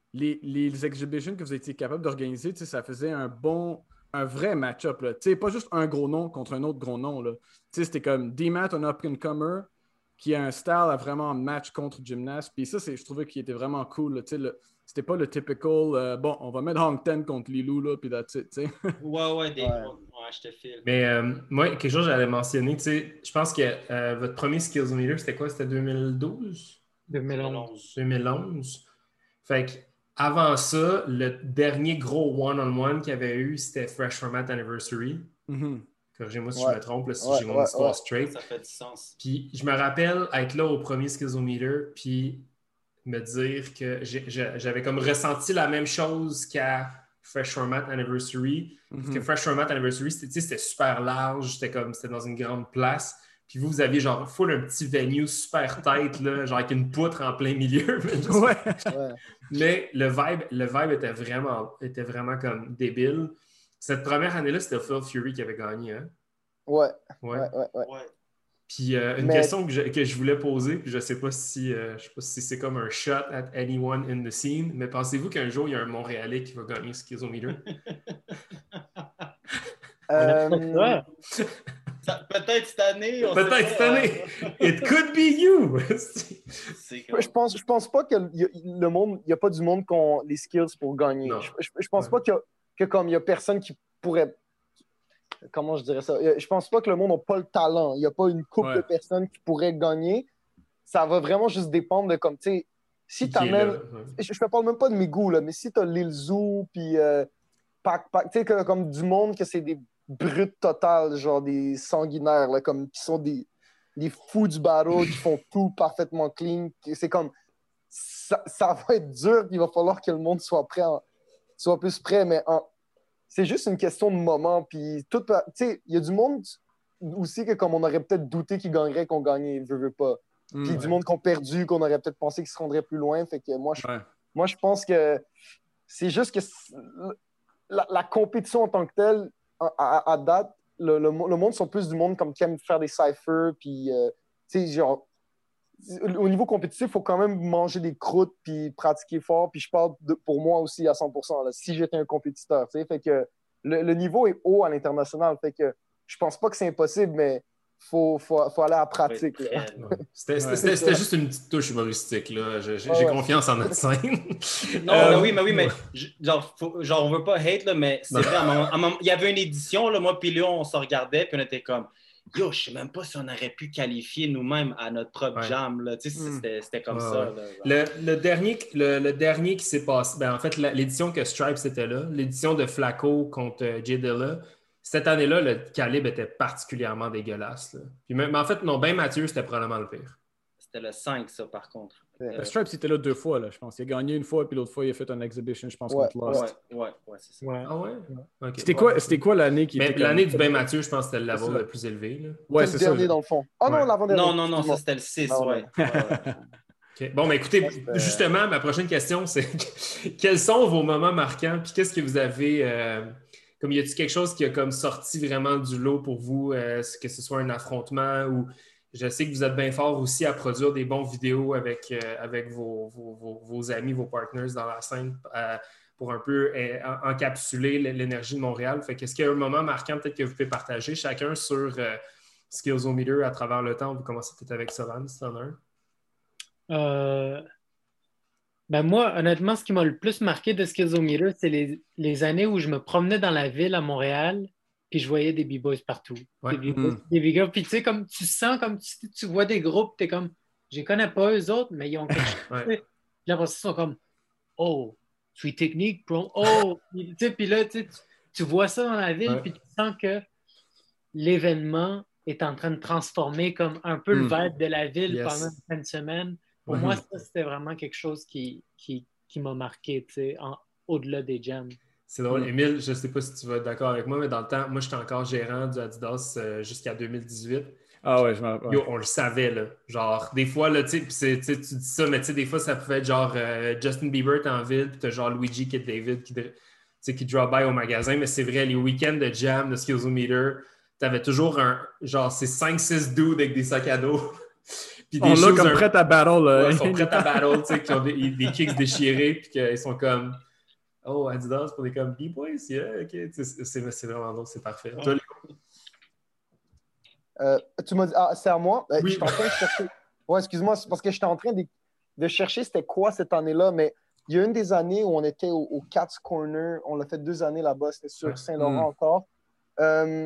les, les exhibitions que vous étiez capable d'organiser, ça faisait un bon, un vrai match-up. Là. Pas juste un gros nom contre un autre gros nom. Là. C'était comme D-Mat, un up-and-comer, qui a un style à vraiment match contre Gymnast. Puis ça, c'est, je trouvais qu'il était vraiment cool. Là. Le, c'était pas le typical, euh, bon, on va mettre Hong Ten contre Lilou, là, puis that's it. T'sais. Ouais, ouais, des... Ouais. ouais, je te file. Mais euh, moi, quelque chose que j'allais mentionner, tu sais, je pense que euh, votre premier Skills Meter, c'était quoi? C'était deux mille douze? deux mille onze. deux mille onze. Fait que avant ça, le dernier gros one-on-one qu'il y avait eu, c'était Fresh Format Anniversary. Mm-hmm. Corrigez-moi si Ouais. je me trompe, là, si Ouais, j'ai mon ouais, histoire ouais. straight. Ça fait du sens. Puis je me rappelle être là au premier Skillsometer, puis me dire que j'ai, j'avais comme ressenti la même chose qu'à Fresh Format Anniversary. Mm-hmm. Parce que Fresh Format Anniversary, c'était, c'était super large, c'était comme c'était dans une grande place. Puis vous, vous aviez genre full un petit venue super tight, là, genre avec une poutre en plein milieu. Mais, juste... Ouais. Ouais. mais le vibe, le vibe était vraiment, était vraiment comme débile. Cette première année-là, c'était Phil Fury qui avait gagné. Hein? Ouais. Ouais. Ouais, ouais, ouais. Ouais. Puis euh, une Mais- question que je, que je voulais poser, puis je ne sais pas si euh, je sais pas si c'est comme un shot at anyone in the scene, mais pensez-vous qu'un jour, il y a un Montréalais qui va gagner Skillsometer? Euh, Ouais. Ça- Peut-être cette année. on Peut-être sait cette pas, année! hein. It could be you! C'est comme... je pense, je pense pas que le, y a- le monde, il n'y a pas du monde qui ont les skills pour gagner. Non. Je, je, je pense Ouais. pas que, que comme il y a personne qui pourrait. Comment je dirais ça? Je pense pas que le monde n'a pas le talent. Il n'y a pas une couple Ouais. de personnes qui pourraient gagner. Ça va vraiment juste dépendre de comme, tu sais, si Qui tu est là, amènes. ouais. Je ne parle même pas de mes goûts, là, mais si tu as Lil Zoo, puis euh, Pac Pac, tu sais, que- comme du monde que c'est des brutes totales, genre des sanguinaires, là, comme qui sont des, des fous du battle, qui font tout parfaitement clean. C'est comme. Ça, ça va être dur, puis il va falloir que le monde soit prêt, en- soit plus prêt, mais en- c'est juste une question de moment. Puis tout, peut- tu sais, il y a du monde aussi que comme on aurait peut-être douté qu'ils gagneraient, qu'on gagnait, veut, veut pas. Mm. Puis du monde qu'on perdu, qu'on aurait peut-être pensé qu'ils se rendraient plus loin. Fait que moi, je, Ouais. moi, je pense que c'est juste que c'est- la, la compétition en tant que telle, à, à- à date, le, le, mo- le monde sont plus du monde comme qui aime faire des cyphers, puis euh, tu sais, genre, au niveau compétitif, il faut quand même manger des croûtes puis pratiquer fort. Puis je parle de, pour moi aussi à cent pour cent, là, si j'étais un compétiteur. Tu sais, fait que le, le niveau est haut à l'international. Fait que je pense pas que c'est impossible, mais il faut, faut, faut aller à la pratique. Ouais, là. très, là. C'était, c'était, Ouais. c'était, c'était juste une petite touche humoristique. Là. J'ai, j'ai Ah ouais. confiance en notre scène. Non, Euh, mais oui, mais oui, mais je- genre, faut- genre, on veut pas hate, là, mais c'est Non. vrai, à un moment- à un moment- il y avait une édition, là, moi puis Léon, on se regardait, puis on était comme, yo, je sais même pas si on aurait pu qualifier nous-mêmes à notre propre Ouais. jam, là. Tu sais, Mm. c'était, c'était comme Ouais, ça. ouais. là, genre. Le, le dernier, le, le dernier qui s'est passé, ben en fait, la- l'édition que Stripes était là, l'édition de Flacco contre euh, Jay Dilla, cette année-là, le calibre était particulièrement dégueulasse. Là. Puis même, mais en fait, non, Ben Mathieu, c'était probablement le pire. C'était le cinq, ça, par contre. Ouais. Le Stripes, était là deux fois, là, je pense. Il a gagné une fois, puis l'autre fois, il a fait un exhibition, je pense, Ouais, contre Lost. Ouais, ouais, ouais, c'est ça. Ouais. Ah ouais? Ok. C'était Ouais. quoi, c'était quoi l'année qui Mais était comme- l'année du Ben Mathieu, je pense que c'était le C'est level ça. le plus élevé. Là. Ouais, C'est c'est le ça. dernier dans le fond. Ah Ouais. non, l'avant-dernier. Non, non, non, excuse-moi. ça, c'était le six, Non, ouais. non. Ouais, ouais. Ok. Bon, mais écoutez, pense que- justement, ma prochaine question, c'est quels sont vos moments marquants? Puis qu'est-ce que vous avez... euh, comme y a-t-il quelque chose qui a comme sorti vraiment du lot pour vous, euh, que ce soit un affrontement ou... Je sais que vous êtes bien fort aussi à produire des bons vidéos avec, euh, avec vos, vos, vos, vos amis, vos partners dans la scène euh, pour un peu euh, en- encapsuler l'énergie de Montréal. Fait qu'est-ce qu'il y a un moment marquant peut-être que vous pouvez partager chacun sur euh, Skillsometer à travers le temps? Vous commencez peut-être avec Solan, si t'en as un. Euh, ben moi, honnêtement, ce qui m'a le plus marqué de Skillsometer, c'est les, les années où je me promenais dans la ville à Montréal, puis je voyais des b-boys partout. Ouais. Des b-boys, Mm. des big gars. Puis tu sais, comme tu sens, comme tu, tu vois des groupes, tu es comme, je les connais pas eux autres, mais ils ont quelque chose. Ouais. Puis là, après ça, ils sont comme, oh, sweet technique, bro. Oh, tu sais, puis là, tu, sais, tu, tu vois ça dans la ville, Ouais. puis tu sens que l'événement est en train de transformer comme un peu le Mm. vibe de la ville Yes. pendant une fin de semaine. Pour Ouais. moi, ça, c'était vraiment quelque chose qui, qui, qui m'a marqué, tu sais, en- au-delà des jams. C'est drôle. Mm. Émile, je ne sais pas si tu vas être d'accord avec moi, mais dans le temps, moi, j'étais encore gérant du Adidas euh, jusqu'à deux mille dix-huit. Ah ouais, je m'en rappelle. Yo, on le savait, là. Genre, des fois, là, tu sais, pis c'est- tu sais, tu dis ça, mais tu sais, des fois, ça pouvait être genre euh, Justin Bieber, t'es en ville, puis t'as genre Luigi Kid David qui, tu sais, qui drop by au magasin, mais c'est vrai, les week-ends de jam, de Skillsometer, t'avais toujours un, genre, c'est cinq six dudes avec des sacs à dos. Puis On des l'a shoes comme un- prêt à battle. là. Ouais, ils sont prêts à battle, tu sais, qui ont des, des kicks déchirés, puis qu'ils sont comme oh, Adidas pour des comme B-Boys, yeah, ok. Tu sais, C'est c'est vraiment drôle, c'est parfait. Toi, les- Euh, tu m'as dit, ah, c'est à moi? Euh, Oui. J'étais en train de chercher. Ouais, excuse-moi, c'est parce que j'étais en train de, de chercher c'était quoi cette année-là, mais il y a une des années où on était au, au Cats Corner. On l'a fait deux années là-bas, c'était sur Ouais. Saint-Laurent Mm. encore. Euh,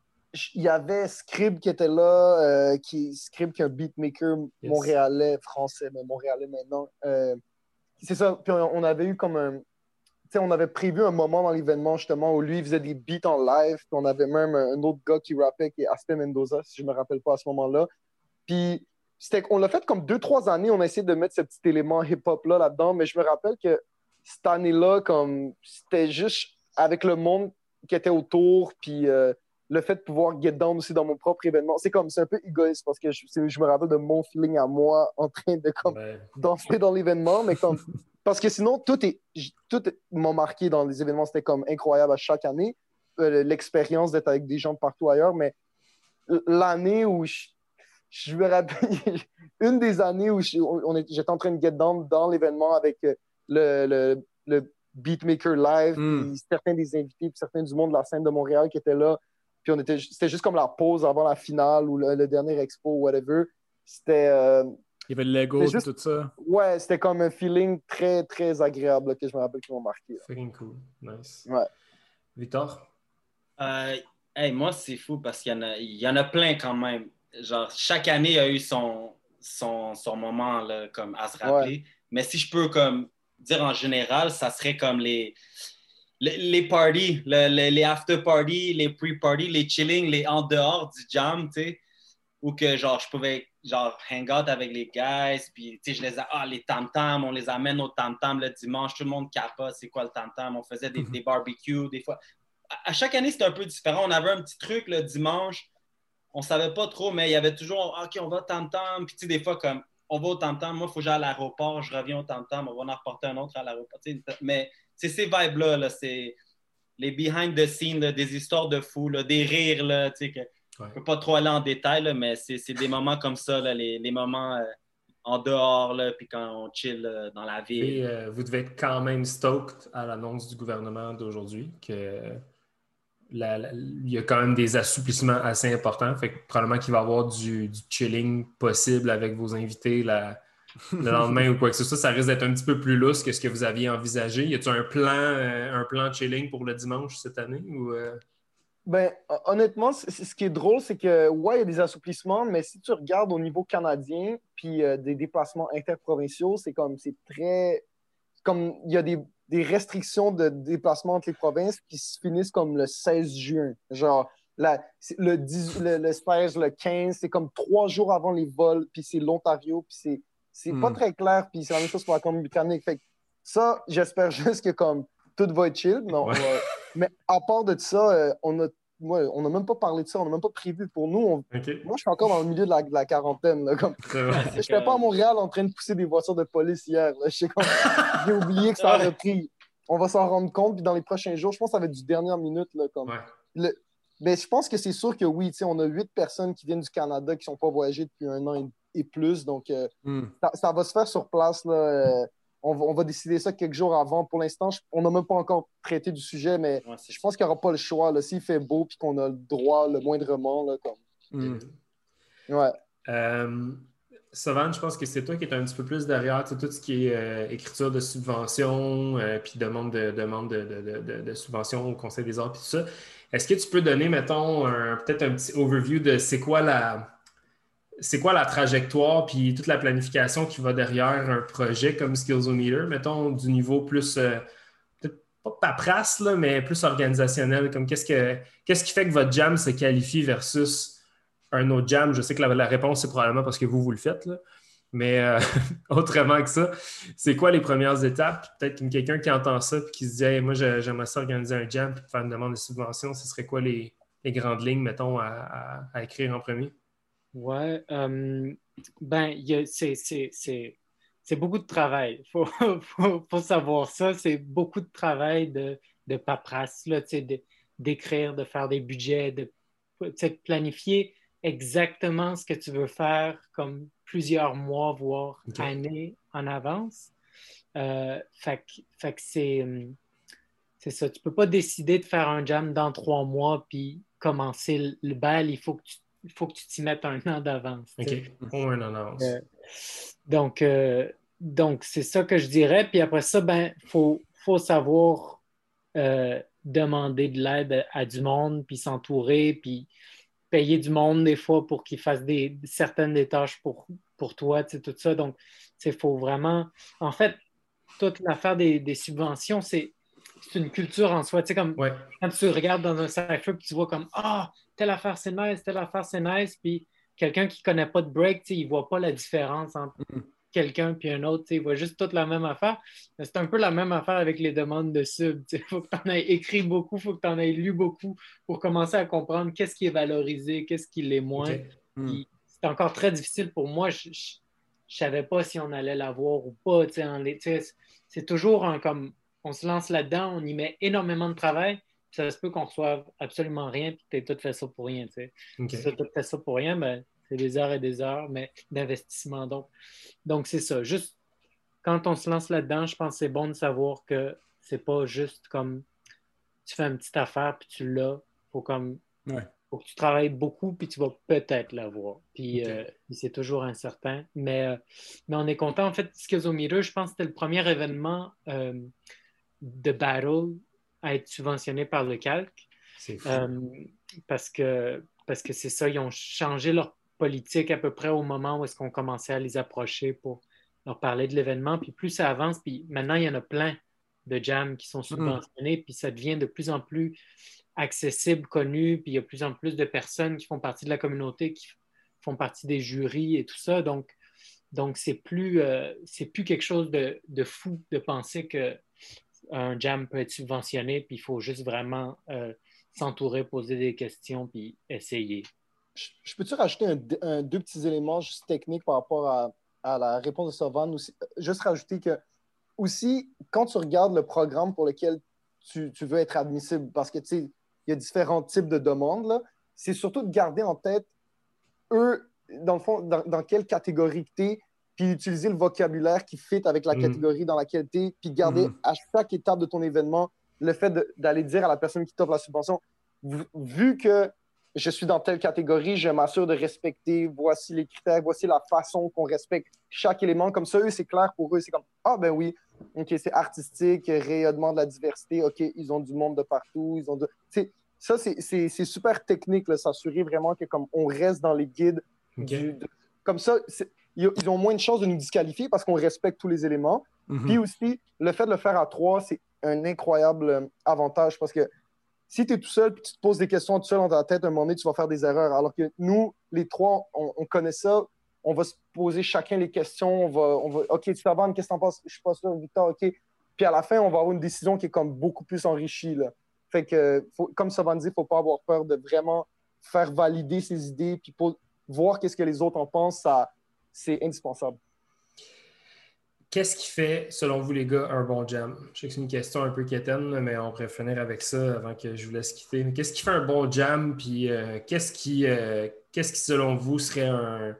j- Il y avait Scrib qui était là, euh, qui, Scrib qui est un beatmaker Yes. montréalais, français, mais montréalais maintenant. Euh, c'est ça. Puis on, on avait eu comme un. Tu sais, on avait prévu un moment dans l'événement justement où lui il faisait des beats en live. Puis on avait même un, un autre gars qui rappait qui est Aspen Mendoza, si je me rappelle pas à ce moment-là. Puis c'était, on l'a fait comme deux, trois années, on a essayé de mettre ce petit élément hip-hop là là-dedans, mais je me rappelle que cette année-là, comme c'était juste avec le monde qui était autour, puis euh, le fait de pouvoir get down aussi dans mon propre événement. C'est comme, c'est un peu égoïste parce que je, c'est- je me rappelle de mon feeling à moi en train de comme Ouais. danser dans l'événement, mais comme parce que sinon, tout est j- tout m'a marqué dans les événements. C'était comme incroyable à chaque année. Euh, l'expérience d'être avec des gens de partout ailleurs, mais l- l'année où je, je me rappelle, une des années où je- on est- j'étais en train de get down dans l'événement avec euh, le, le, le Beatmaker Live, Mm. puis certains des invités, puis certains du monde de la scène de Montréal qui étaient là. Puis on était, c'était juste comme la pause avant la finale ou le, le dernier expo, whatever. C'était, euh, Il y avait le Lego C'est et juste- tout ça. ouais, c'était comme un feeling très, très agréable là, que je me rappelle qui m'ont marqué. là. Fucking cool. Nice. Ouais. Victor? Euh, hey, moi, c'est fou parce qu'il y en a, il y en a plein quand même. Genre, chaque année a eu son, son, son moment là, comme à se rappeler. Mais si je peux comme dire en général, ça serait comme les, les, les parties, le- le- les after-parties, les pre-parties, les chilling, les en dehors du jam, tu sais, où que genre, je pouvais genre hang out avec les guys, puis tu sais, je les a, ah, les tam-tams, on les amène au tam-tam le dimanche, tout le monde capote, c'est quoi le tam-tam? On faisait des, des barbecues, des fois. À, à chaque année, c'était un peu différent. On avait un petit truc le dimanche, on savait pas trop, mais il y avait toujours, ah, OK, on va au tam-tam, puis tu sais, des fois, comme, on va au tam-tam, moi, il faut que j'aille à l'aéroport, je reviens au tam-tam, on va en reporter un autre à l'aéroport, tu sais, mais c'est ces vibes-là, là, c'est les behind the scenes, là, des histoires de fous, là, des rires, là, tu sais, que Ouais. je ne peux pas trop aller en détail, là, mais c'est, c'est des moments comme ça, là, les, les moments euh, en dehors, là, puis quand on chill euh, dans la Et ville. euh, vous devez être quand même stoked à l'annonce du gouvernement d'aujourd'hui que la- la- il y a quand même des assouplissements assez importants. Fait que probablement qu'il va y avoir du, du chilling possible avec vos invités la- le lendemain ou quoi que ce soit. Ça risque d'être un petit peu plus lousse que ce que vous aviez envisagé. Y a-t-il un plan, euh, un plan chilling pour le dimanche cette année? Ou, euh... Ben, hon- honnêtement, c- c- ce qui est drôle, c'est que, ouais, il y a des assouplissements, mais si tu regardes au niveau canadien, puis euh, des déplacements interprovinciaux, c'est comme, c'est très, comme, il y a des, des restrictions de déplacement entre les provinces qui se finissent comme le seize juin. Genre, la, c'est le, dix le, le seize, le quinze, c'est comme trois jours avant les vols, puis c'est l'Ontario, puis c'est, c'est pas Hmm. très clair, puis c'est la même chose pour la Colombie-Britannique. Fait que ça, j'espère juste que, comme, tout va être chill, mais, on Ouais. va- mais à part de ça, euh, on a ouais, on n'a même pas parlé de ça, on n'a même pas prévu pour nous. On- OK. Moi, je suis encore dans le milieu de la, de la quarantaine. Là, comme... C'est vrai. Je n'étais pas à Montréal en train de pousser des voitures de police hier. Là. Je sais comme- J'ai oublié que ça a repris. On va s'en rendre compte, puis dans les prochains jours, je pense que ça va être du dernière minute. Là, comme... Ouais. Le- Mais je pense que c'est sûr que oui, tu sais, on a huit personnes qui viennent du Canada qui ne sont pas voyagées depuis un an et, et plus. Donc, euh, Hmm. ça, ça va se faire sur place. Là. Euh, on, va, on va décider ça quelques jours avant. Pour l'instant, je- on n'a même pas encore traité du sujet, mais Ouais, c'est je pense qu'il n'y aura pas le choix. là. S'il fait beau et qu'on a le droit le moindrement, là, comme... Hmm. Ouais. Euh, Savan, je pense que c'est toi qui es un petit peu plus derrière tu sais, tout ce qui est euh, écriture de subventions, euh, puis demande de, demande de, de, de, de, de subventions au Conseil des arts, puis tout ça. Est-ce que tu peux donner, mettons, un- peut-être un petit overview de c'est quoi la, c'est quoi la trajectoire, puis toute la planification qui va derrière un projet comme Skillsometer, mettons, du niveau plus, euh, peut-être pas paperasse, là, mais plus organisationnel, comme qu'est-ce que, qu'est-ce qui fait que votre jam se qualifie versus un autre jam? Je sais que la, la réponse, c'est probablement parce que vous, vous le faites, là. Mais euh, autrement que ça, c'est quoi les premières étapes? Peut-être que quelqu'un qui entend ça et qui se dit hey, moi, je- j'aimerais ça organiser un jam et faire une demande de subvention, ce serait quoi les, les grandes lignes, mettons, à, à- à écrire en premier? Ouais, euh, ben, il y a- c'est, c'est, c'est, c'est beaucoup de travail. Il faut, faut, faut savoir ça. C'est beaucoup de travail de, de paperasse, là, tu sais, de- d'écrire, de faire des budgets, de, tu sais, de planifier exactement ce que tu veux faire comme plusieurs mois, voire OK. années en avance. Euh, fait, que- fait que c'est, c'est ça. Tu peux pas décider de faire un jam dans trois mois puis commencer le, le bal. Il faut que tu, il faut que tu t'y mettes un an d'avance. tu OK. sais. Au moins une annonce. Euh, donc, euh, donc, c'est ça que je dirais. Puis après ça, ben, faut, faut savoir euh, demander de l'aide à, à du monde, puis s'entourer, puis payer du monde des fois pour qu'ils fassent des, certaines des tâches pour, pour toi, tu sais, tout ça. Donc, il faut vraiment... En fait, toute l'affaire des, des subventions, c'est c'est une culture en soi. Tu sais, comme Ouais. quand tu regardes dans un cypher, puis tu vois comme Ah, telle affaire c'est nice, telle affaire c'est nice, puis quelqu'un qui ne connaît pas de break, tu sais, il ne voit pas la différence entre Mhm. quelqu'un puis un autre, tu sais, il voit juste toute la même affaire. Mais c'est un peu la même affaire avec les demandes de sub. Il faut que tu en aies écrit beaucoup, il faut que tu en aies lu beaucoup pour commencer à comprendre qu'est-ce qui est valorisé, qu'est-ce qui l'est moins. OK. Mhm. Puis c'est encore très difficile pour moi. Je ne savais pas si on allait l'avoir ou pas. Tu sais, en les- tu sais, c'est toujours un, comme on se lance là-dedans, on y met énormément de travail, puis ça se peut qu'on reçoive absolument rien, puis que tu aies tout fait ça pour rien. Tu sais. OK. Si tu as tout fait ça pour rien, ben, c'est des heures et des heures mais d'investissement. Donc, donc c'est ça. Juste quand on se lance là-dedans, je pense que c'est bon de savoir que c'est pas juste comme tu fais une petite affaire puis tu l'as. Faut comme Ouais. faut que tu travailles beaucoup puis tu vas peut-être l'avoir. Puis, OK. euh, puis c'est toujours incertain. Mais, euh, mais on est content. En fait, Schizometer, je pense que c'était le premier événement euh, de battle à être subventionné par le calque. C'est fou. Euh, parce que parce que c'est ça, ils ont changé leur politique à peu près au moment où est-ce qu'on commençait à les approcher pour leur parler de l'événement. Puis plus ça avance, puis maintenant, il y en a plein de jams qui sont subventionnés, puis ça devient de plus en plus accessible, connu, puis il y a de plus en plus de personnes qui font partie de la communauté, qui font partie des jurys et tout ça. Donc, donc c'est plus, euh, c'est plus quelque chose de, de fou de penser qu'un jam peut être subventionné, puis il faut juste vraiment euh, s'entourer, poser des questions, puis essayer. Je, je peux-tu rajouter un, un- deux petits éléments juste techniques par rapport à, à la réponse de Savan aussi? Juste rajouter que, aussi, quand tu regardes le programme pour lequel tu, tu veux être admissible, parce que, tu sais, il y a différents types de demandes, là, c'est surtout de garder en tête, eux, dans le fond, dans, dans quelle catégorie tu es, puis utiliser le vocabulaire qui fit avec la Mhm. catégorie dans laquelle tu es, puis garder Mhm. à chaque étape de ton événement le fait de- d'aller dire à la personne qui t'offre la subvention, vu- vu que je suis dans telle catégorie, je m'assure de respecter, voici les critères, voici la façon qu'on respecte chaque élément. Comme ça, eux, c'est clair pour eux. C'est comme, ah ben oui, OK, c'est artistique, rayonnement de la diversité, OK, ils ont du monde de partout, ils ont de... Tu sais, ça, c'est- c'est c'est super technique, là, s'assurer vraiment que comme on reste dans les guides. OK. Du, de- comme ça, c'est- ils ils ont moins de chances de nous disqualifier parce qu'on respecte tous les éléments. Mhm. Puis aussi, le fait de le faire à trois, c'est un incroyable euh, avantage parce que si tu es tout seul et tu te poses des questions tout seul dans ta tête, à un moment donné, tu vas faire des erreurs. Alors que nous, les trois, on, on connaît ça. On va se poser chacun les questions. On va, on va OK, tu t'avances, qu'est-ce que t'en penses? Je suis pas sûr, Victor, OK. Puis à la fin, on va avoir une décision qui est comme beaucoup plus enrichie, là. Fait que, faut, comme Savan dit, il ne faut pas avoir peur de vraiment faire valider ses idées puis pour voir qu'est-ce que les autres en pensent. Ça, c'est indispensable. Qu'est-ce qui fait, selon vous, les gars, un bon jam? Je sais que c'est une question un peu quétaine, mais on pourrait finir avec ça avant que je vous laisse quitter. Mais qu'est-ce qui fait un bon jam? Puis euh, qu'est-ce qui, euh, qu'est-ce qui, selon vous, serait un...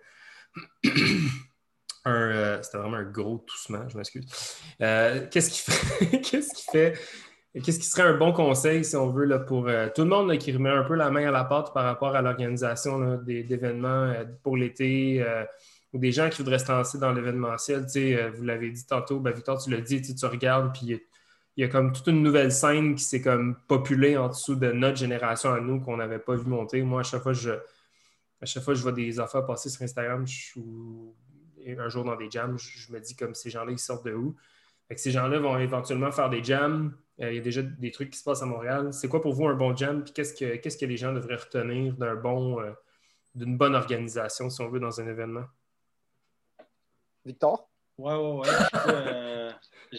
un euh, c'était vraiment un gros toussement, je m'excuse. Euh, qu'est-ce qui fait... qu'est-ce qui fait... Qu'est-ce qui serait un bon conseil, si on veut, là, pour euh, tout le monde là, qui remet un peu la main à la pâte par rapport à l'organisation là, des, d'événements euh, pour l'été, euh, ou des gens qui voudraient se lancer dans l'événementiel. Tu sais, euh, vous l'avez dit tantôt, ben, Victor, tu l'as dit, tu regardes, puis il y a comme toute une nouvelle scène qui s'est comme populée en dessous de notre génération à nous qu'on n'avait pas vu monter. Moi, à chaque fois, je, à chaque fois, je vois des affaires passer sur Instagram, je suis un jour dans des jams, je, je me dis comme ces gens-là, ils sortent de où? Fait que ces gens-là vont éventuellement faire des jams. Euh, il y a déjà des trucs qui se passent à Montréal. C'est quoi pour vous un bon jam? Puis qu'est-ce que, qu'est-ce que les gens devraient retenir d'un bon, euh, d'une bonne organisation, si on veut, dans un événement? Victor? Ouais, ouais, ouais. Je peux, euh,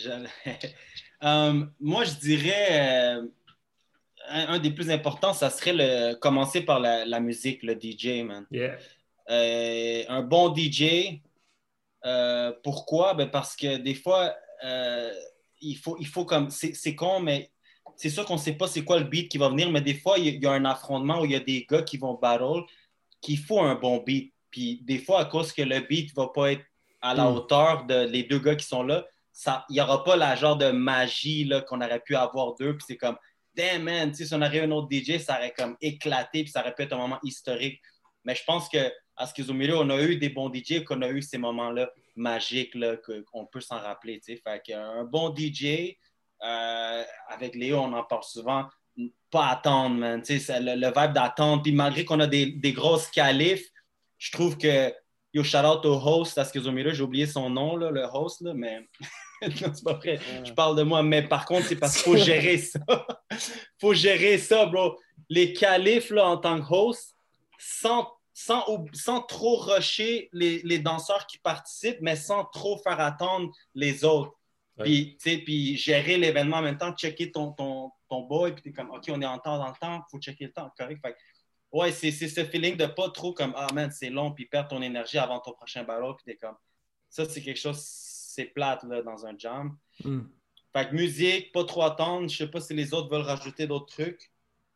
um, moi, je dirais euh, un, un des plus importants, ça serait le, commencer par la, la musique, le D J, man. Yeah. Euh, un bon D J, euh, pourquoi? Ben parce que des fois, euh, il faut, il faut comme. C'est, c'est con, mais c'est sûr qu'on ne sait pas c'est quoi le beat qui va venir, mais des fois, il y, a un affrontement où il y a des gars qui vont battle. qu'il faut un bon beat. Puis des fois, à cause que le beat ne va pas être à la Mm. hauteur de les deux gars qui sont là, il n'y aura pas la genre de magie là, qu'on aurait pu avoir d'eux. Puis c'est comme, damn man, si on avait un autre D J, ça aurait comme éclaté, puis ça aurait pu être un moment historique. Mais je pense qu'à Skills au milieu, on a eu des bons D J, qu'on a eu ces moments-là magiques là, qu'on peut s'en rappeler. T'sais. Fait qu'un bon D J, euh, avec Léo, on en parle souvent, pas attendre, man. C'est le, le vibe d'attendre. Puis malgré qu'on a des, des grosses qualifs, je trouve que, yo, shout out au host, à Skills au milieu, j'ai oublié son nom, là, le host, là, mais non, c'est pas vrai. Ouais. Je parle de moi, mais par contre, c'est parce qu'il faut gérer ça. faut gérer ça, bro. Les qualifs, là, en tant que host, sans, sans, sans trop rusher les, les danseurs qui participent, mais sans trop faire attendre les autres. Ouais. Puis, tu sais, puis gérer l'événement en même temps, checker ton, ton, ton boy, puis t'es comme, OK, on est en temps dans le temps, il faut checker le temps, correct. Fait, ouais, c'est, c'est ce feeling de pas trop comme, ah, man, c'est long, puis perdre ton énergie avant ton prochain battle, puis t'es comme, ça, c'est quelque chose, c'est plate, là, dans un jam. Mm. Fait que musique, pas trop attendre, je sais pas si les autres veulent rajouter d'autres trucs.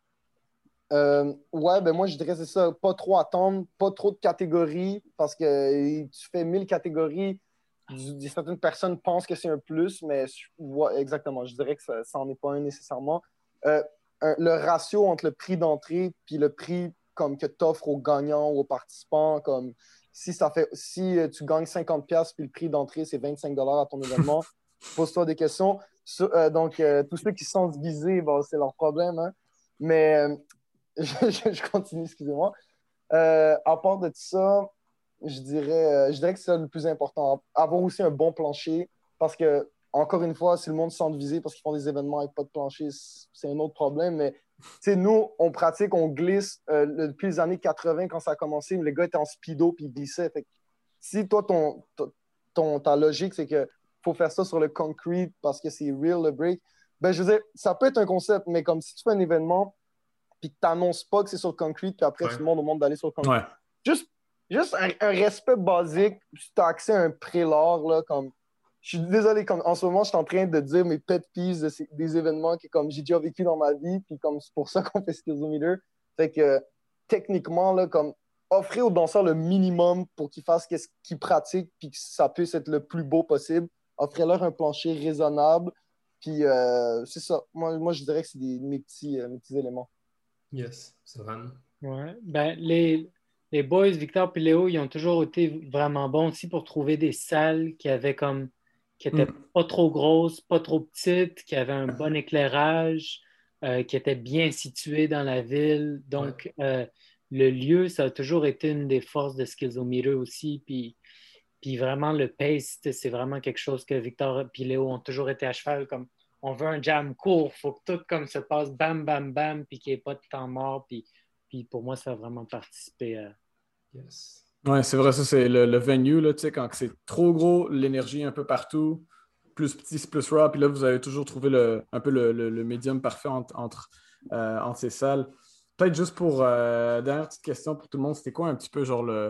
Euh, ouais, ben moi, je dirais c'est ça, pas trop attendre, pas trop de catégories, parce que tu fais mille catégories, du, certaines personnes pensent que c'est un plus, mais ouais, exactement, je dirais que ça n'en est pas un nécessairement. Euh, un, le ratio entre le prix d'entrée puis le prix comme que tu offres aux gagnants ou aux participants, comme si ça fait si tu gagnes cinquante dollars puis le prix d'entrée c'est vingt-cinq dollars à ton événement, pose-toi des questions. So, euh, donc, euh, tous ceux qui se sentent visés, bon, c'est leur problème, hein? Mais euh, je, je continue, excusez-moi. Euh, à part de ça, je dirais, euh, je dirais que c'est le plus important. Avoir aussi un bon plancher, parce que, encore une fois, si le monde se sent visé parce qu'ils font des événements avec pas de plancher, c'est un autre problème. Mais nous, on pratique, on glisse. Euh, depuis les années quatre-vingts, quand ça a commencé, les gars étaient en speedo puis ils glissaient. Fait que, si toi, ton, ton, ta logique, c'est qu'il faut faire ça sur le concrete parce que c'est real, le break, ben, je veux dire, ça peut être un concept, mais comme si tu fais un événement puis que tu n'annonces pas que c'est sur le concrete, puis après, ouais. tu demandes au monde d'aller sur le concrete. Ouais. Juste, juste un, un respect basique, si tu as accès à un pré-lore, là, comme... Je suis désolé, comme en ce moment, je suis en train de dire mes pet peeves de ces, des événements que comme j'ai déjà vécu dans ma vie, puis comme c'est pour ça qu'on fait Skills au milieu. Fait que, techniquement, là, comme, offrez aux danseurs le minimum pour qu'ils fassent ce qu'ils pratiquent, puis que ça puisse être le plus beau possible. Offrez-leur un plancher raisonnable, puis euh, c'est ça. Moi, moi, je dirais que c'est des, mes, petits, euh, mes petits éléments. Yes, c'est vrai. Ouais. Ben, les, les boys, Victor et Léo, ils ont toujours été vraiment bons aussi pour trouver des salles qui avaient comme qui n'étaient mm. pas trop grosses, pas trop petites, qui avaient un bon éclairage, euh, qui étaient bien situées dans la ville. Donc, ouais. euh, le lieu, ça a toujours été une des forces de Skills au milieu aussi. Puis, puis vraiment, le pace, c'est vraiment quelque chose que Victor et Léo ont toujours été à cheval. Comme on veut un jam court, il faut que tout comme se passe bam, bam, bam, puis qu'il n'y ait pas de temps mort. Puis, puis pour moi, ça a vraiment participé à... Yes. Ouais, c'est vrai, ça, c'est le, le venue, là, tu sais, quand c'est trop gros, l'énergie un peu partout, plus petit, c'est plus raw, puis là, vous avez toujours trouvé le, un peu le, le, le médium parfait entre, entre, euh, entre ces salles. Peut-être juste pour, euh, dernière petite question pour tout le monde, c'était quoi un petit peu, genre, le,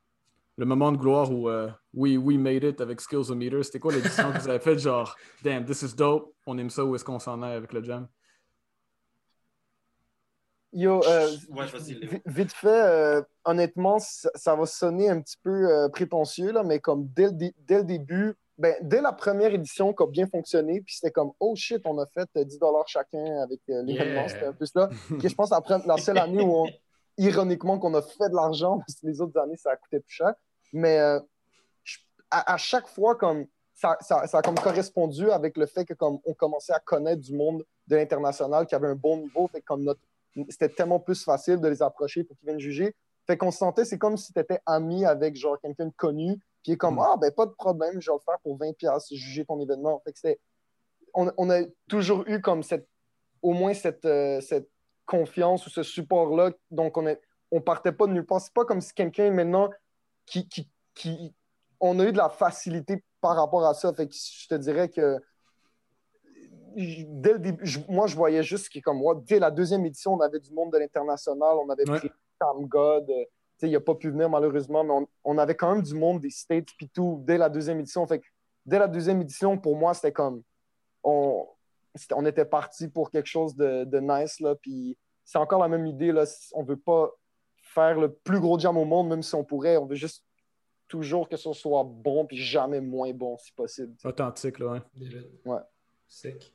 le moment de gloire où euh, we, we made it avec Skills au meter? C'était quoi l'édition que vous avez faite, genre, damn, this is dope, on aime ça, où est-ce qu'on s'en est avec le jam? Yo, euh, ouais, vite, vite fait, euh, honnêtement, ça, ça va sonner un petit peu euh, prétentieux, là, mais comme dès le, dé- dès le début, ben, dès la première édition qui a bien fonctionné, puis c'était comme, oh shit, on a fait dix dollars chacun avec euh, l'événement, yeah. C'était un peu ça. Puis je pense que la, la seule année où, on, ironiquement, qu'on a fait de l'argent, parce que les autres années, ça a coûté plus cher. Mais euh, je, à, à chaque fois, comme, ça, ça, ça a comme correspondu avec le fait que comme, on commençait à connaître du monde de l'international qui avait un bon niveau, fait que comme notre c'était tellement plus facile de les approcher pour qu'ils viennent juger. Fait qu'on se sentait, c'est comme si tu étais ami avec genre quelqu'un de connu, qui est comme, mm. ah, ben pas de problème, je vais le faire pour vingt dollars, juger ton événement. Fait que c'était, on, on a toujours eu comme cette, au moins cette, euh, cette confiance ou ce support-là. Donc, on, est, on partait pas de nulle part. C'est pas comme si quelqu'un maintenant qui, qui, qui. On a eu de la facilité par rapport à ça. Fait que je te dirais que dès le début, je, moi, je voyais juste que, comme moi, dès la deuxième édition, on avait du monde de l'international, on avait ouais. pris Cam God, euh, il n'a pas pu venir malheureusement, mais on, on avait quand même du monde des States puis tout, dès la deuxième édition. Fait que, dès la deuxième édition, pour moi, c'était comme, on, c'était, on était parti pour quelque chose de, de nice, là, puis c'est encore la même idée, là, on ne veut pas faire le plus gros jam au monde, même si on pourrait. On veut juste toujours que ça soit bon, puis jamais moins bon, si possible. T'sais. Authentique, là, ouais. Ouais. Sick.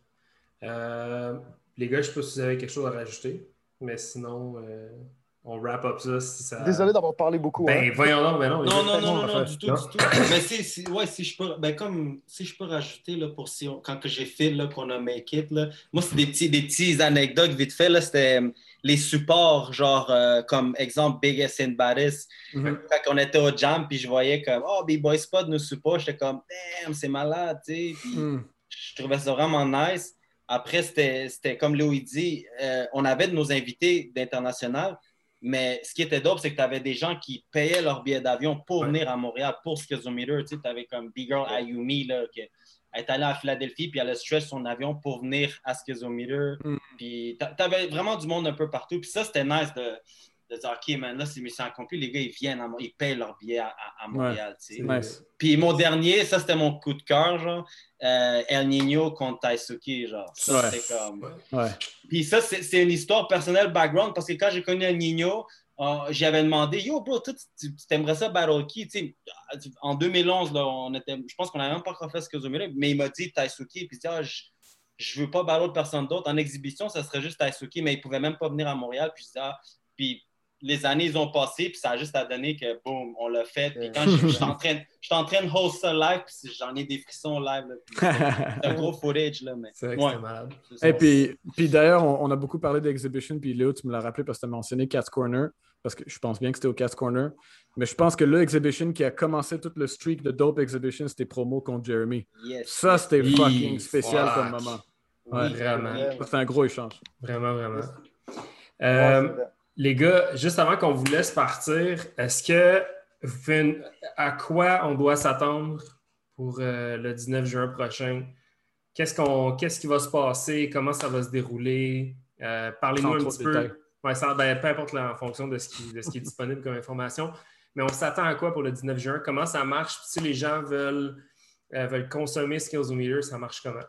Euh, les gars, je ne sais pas si vous avez quelque chose à rajouter, mais sinon, euh, on wrap up ça si ça... Désolé d'avoir parlé beaucoup. Ben, hein. voyons donc, ben non. Non, non, non, bon, non, en non, fait. du tout, Non. du tout. Mais si, si, ouais, si je peux, ben comme, si je peux rajouter, là, pour si on- quand que j'ai fait, là, qu'on a make it, là, moi, c'est des petits, des petits anecdotes vite fait, là, c'était euh, les supports, genre, euh, comme exemple, Biggest and Baddest. Mhm. Quand on était au jam, puis je voyais comme, oh, B-Boy Spot nous support, j'étais comme, damn, c'est malade, tu sais. Puis Mm. je trouvais ça vraiment nice. Après, c'était, c'était comme Léo il dit, euh, on avait de nos invités d'international, mais ce qui était dope, c'est que tu avais des gens qui payaient leur billet d'avion pour Ouais. venir à Montréal pour Schizometer. Tu avais comme Big Girl Ayumi, là, qui est allée à Philadelphie, puis elle a stress son avion pour venir à Schizometer. Mm. Puis tu avais vraiment du monde un peu partout. Puis ça, c'était nice de, de dire, OK, man, là, c'est mission accomplie. Les gars, ils viennent, à, ils payent leur billet à, à, à Montréal. tu sais. C'est nice. Puis mon dernier, ça, c'était mon coup de cœur, genre, euh, El Nino contre Taisuki, genre. Ça, Ouais. c'était comme... Ouais. Puis ça, c'est, c'est une histoire personnelle background parce que quand j'ai connu El Nino, euh, j'avais demandé, yo, bro, toi, tu, tu t'aimerais ça Battle Key? Tu sais, en deux mille onze, là, on était, je pense qu'on n'avait même pas encore fait ce que je voulais, mais il m'a dit Taisuki. Puis il dit, ah, je, je veux pas battle personne d'autre. En exhibition, ça serait juste Taisuki, mais il pouvait même pas venir à Montréal. Puis je dis, ah, puis les années, ils ont passé, puis ça a juste à donner que, boum, on l'a fait. Puis quand je suis en train, j'étais en train de host ça live, puis j'en ai des frissons live. Là, puis c'est, c'est un gros footage, là, mais... C'est vrai que ouais, c'était malade. c'est ça. Et puis, puis d'ailleurs, on, on a beaucoup parlé d'Exhibition, puis Léo, tu me l'as rappelé parce que tu as mentionné Cat's Corner, parce que je pense bien que c'était au Cat's Corner. Mais je pense que le Exhibition qui a commencé tout le streak de Dope Exhibition, c'était promo contre Jeremy. Yes, Ça, yes. c'était Oui. fucking spécial Fuck. comme moment. Oui, Ouais. Vraiment. Ouais, Ça, c'était un gros échange. Vraiment, vraiment. Ouais, Euh, c'est vrai. les gars, juste avant qu'on vous laisse partir, est-ce que vous pouvez une- à quoi on doit s'attendre pour euh, le dix-neuf juin prochain? Qu'est-ce qu'on, qu'est-ce qui va se passer? Comment ça va se dérouler? Euh, parlez-nous Sans un trop petit de peu. détails. Ouais, ça, ben, peu importe là, en fonction de ce, qui, de ce qui est disponible comme information. Mais on s'attend à quoi pour le dix-neuf juin? Comment ça marche? Si les gens veulent, euh, veulent consommer Skillzometer, ça marche comment?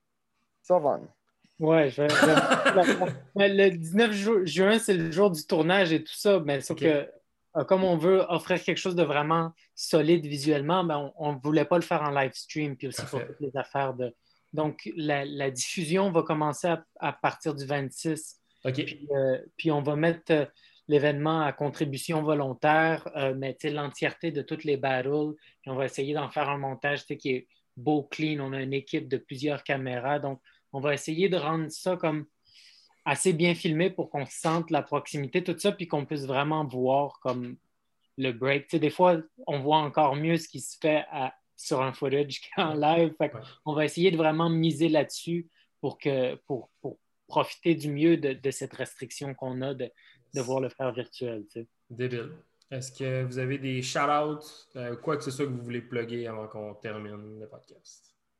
Ça va. Ouais, je vais- je vais- le dix-neuf ju- juin, c'est le jour du tournage et tout ça, mais sauf Ok. que euh, comme on veut offrir quelque chose de vraiment solide visuellement, ben, on ne voulait pas le faire en live stream, puis aussi Parfait. pour toutes les affaires de. Donc, la, la diffusion va commencer à, à partir du vingt-six, OK. puis, euh, puis on va mettre euh, l'événement à contribution volontaire, euh, mais tu sais, l'entièreté de toutes les battles, puis on va essayer d'en faire un montage tu sais, qui est beau, clean. On a une équipe de plusieurs caméras, donc on va essayer de rendre ça comme assez bien filmé pour qu'on sente la proximité, tout ça, puis qu'on puisse vraiment voir comme le break. Tu sais, des fois, on voit encore mieux ce qui se fait à- sur un footage qu'en live. Fait Ouais. on va essayer de vraiment miser là-dessus pour, que, pour, pour profiter du mieux de, de cette restriction qu'on a de devoir le faire virtuel. Tu sais. Débile. Est-ce que vous avez des shout-outs, euh, quoi que ce soit que vous voulez plugger avant qu'on termine le podcast?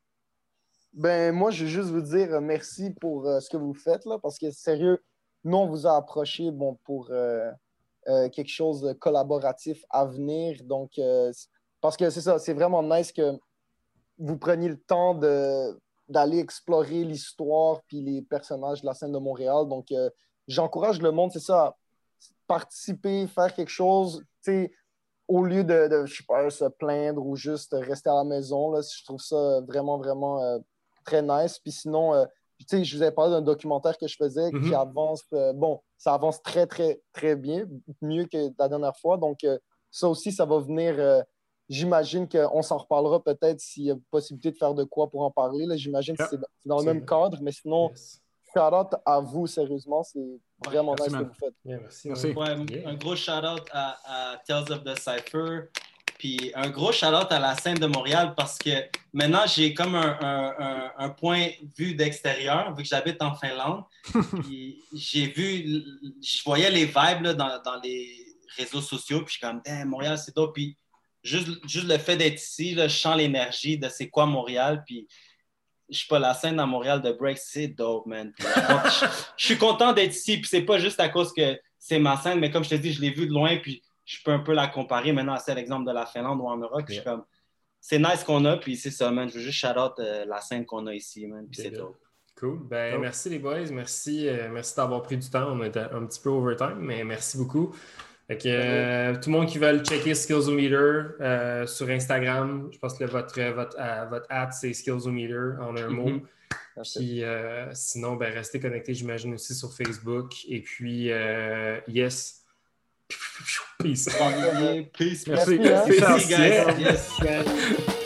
Ben, moi, je veux juste vous dire euh, merci pour euh, ce que vous faites, là, parce que sérieux, nous, on vous a approché bon, pour euh, euh, quelque chose de collaboratif à venir. Donc, euh, c- parce que c'est ça, c'est vraiment nice que vous preniez le temps de, d'aller explorer l'histoire puis les personnages de la scène de Montréal. Donc, euh, j'encourage le monde, c'est ça, à participer, faire quelque chose, tu sais, au lieu de, de, je sais pas, se plaindre ou juste rester à la maison. Là, je trouve ça vraiment, vraiment euh, très nice. Puis sinon, euh, tu sais, je vous avais parlé d'un documentaire que je faisais Mhm. qui avance, euh, bon, ça avance très, très, très bien, mieux que la dernière fois. Donc, euh, ça aussi, ça va venir, euh, j'imagine qu'on s'en reparlera peut-être s'il y a possibilité de faire de quoi pour en parler. Là, j'imagine que Yeah. c'est dans, c'est dans le même Absolument. cadre, mais sinon, Yes. shout-out à vous, sérieusement, c'est vraiment Merci, nice ce que man. vous faites. Yeah, merci. Merci. man. Ouais, Yeah. un gros shout-out à, à Tales of the Cypher. Puis un gros shout-out à la scène de Montréal parce que maintenant, j'ai comme un, un, un, un point vue d'extérieur, vu que j'habite en Finlande. Puis j'ai vu, je voyais les vibes là, dans, dans les réseaux sociaux. Puis je suis comme, damn, Montréal, c'est dope. Puis juste, juste le fait d'être ici, là, je sens l'énergie de c'est quoi Montréal. Puis je sais pas, la scène à Montréal de break, c'est dope, man. Puis Je suis content- je- je suis content d'être ici. Puis c'est pas juste à cause que c'est ma scène, mais comme je te dis, je l'ai vu de loin. Puis je peux un peu la comparer maintenant à celle exemple de la Finlande ou en Europe. Puis je suis comme, c'est nice qu'on a. Puis c'est ça, man. Je veux juste shout out euh, la scène qu'on a ici, man. Puis c'est Débile. dope. Cool. Ben, Cool. merci les boys. Merci, euh, merci d'avoir pris du temps. On était un petit peu overtime, mais merci beaucoup. Fait que, euh, tout le monde qui veut checker Skillsometer euh, sur Instagram, je pense que votre, votre, euh, votre ad, c'est Skillsometer en un mot. Mm-hmm. Puis euh, sinon, ben, restez connectés, j'imagine, aussi sur Facebook. Et puis, euh, yes. Peace. Peace. Merci. Merci, hein. Peace, guys. Yes.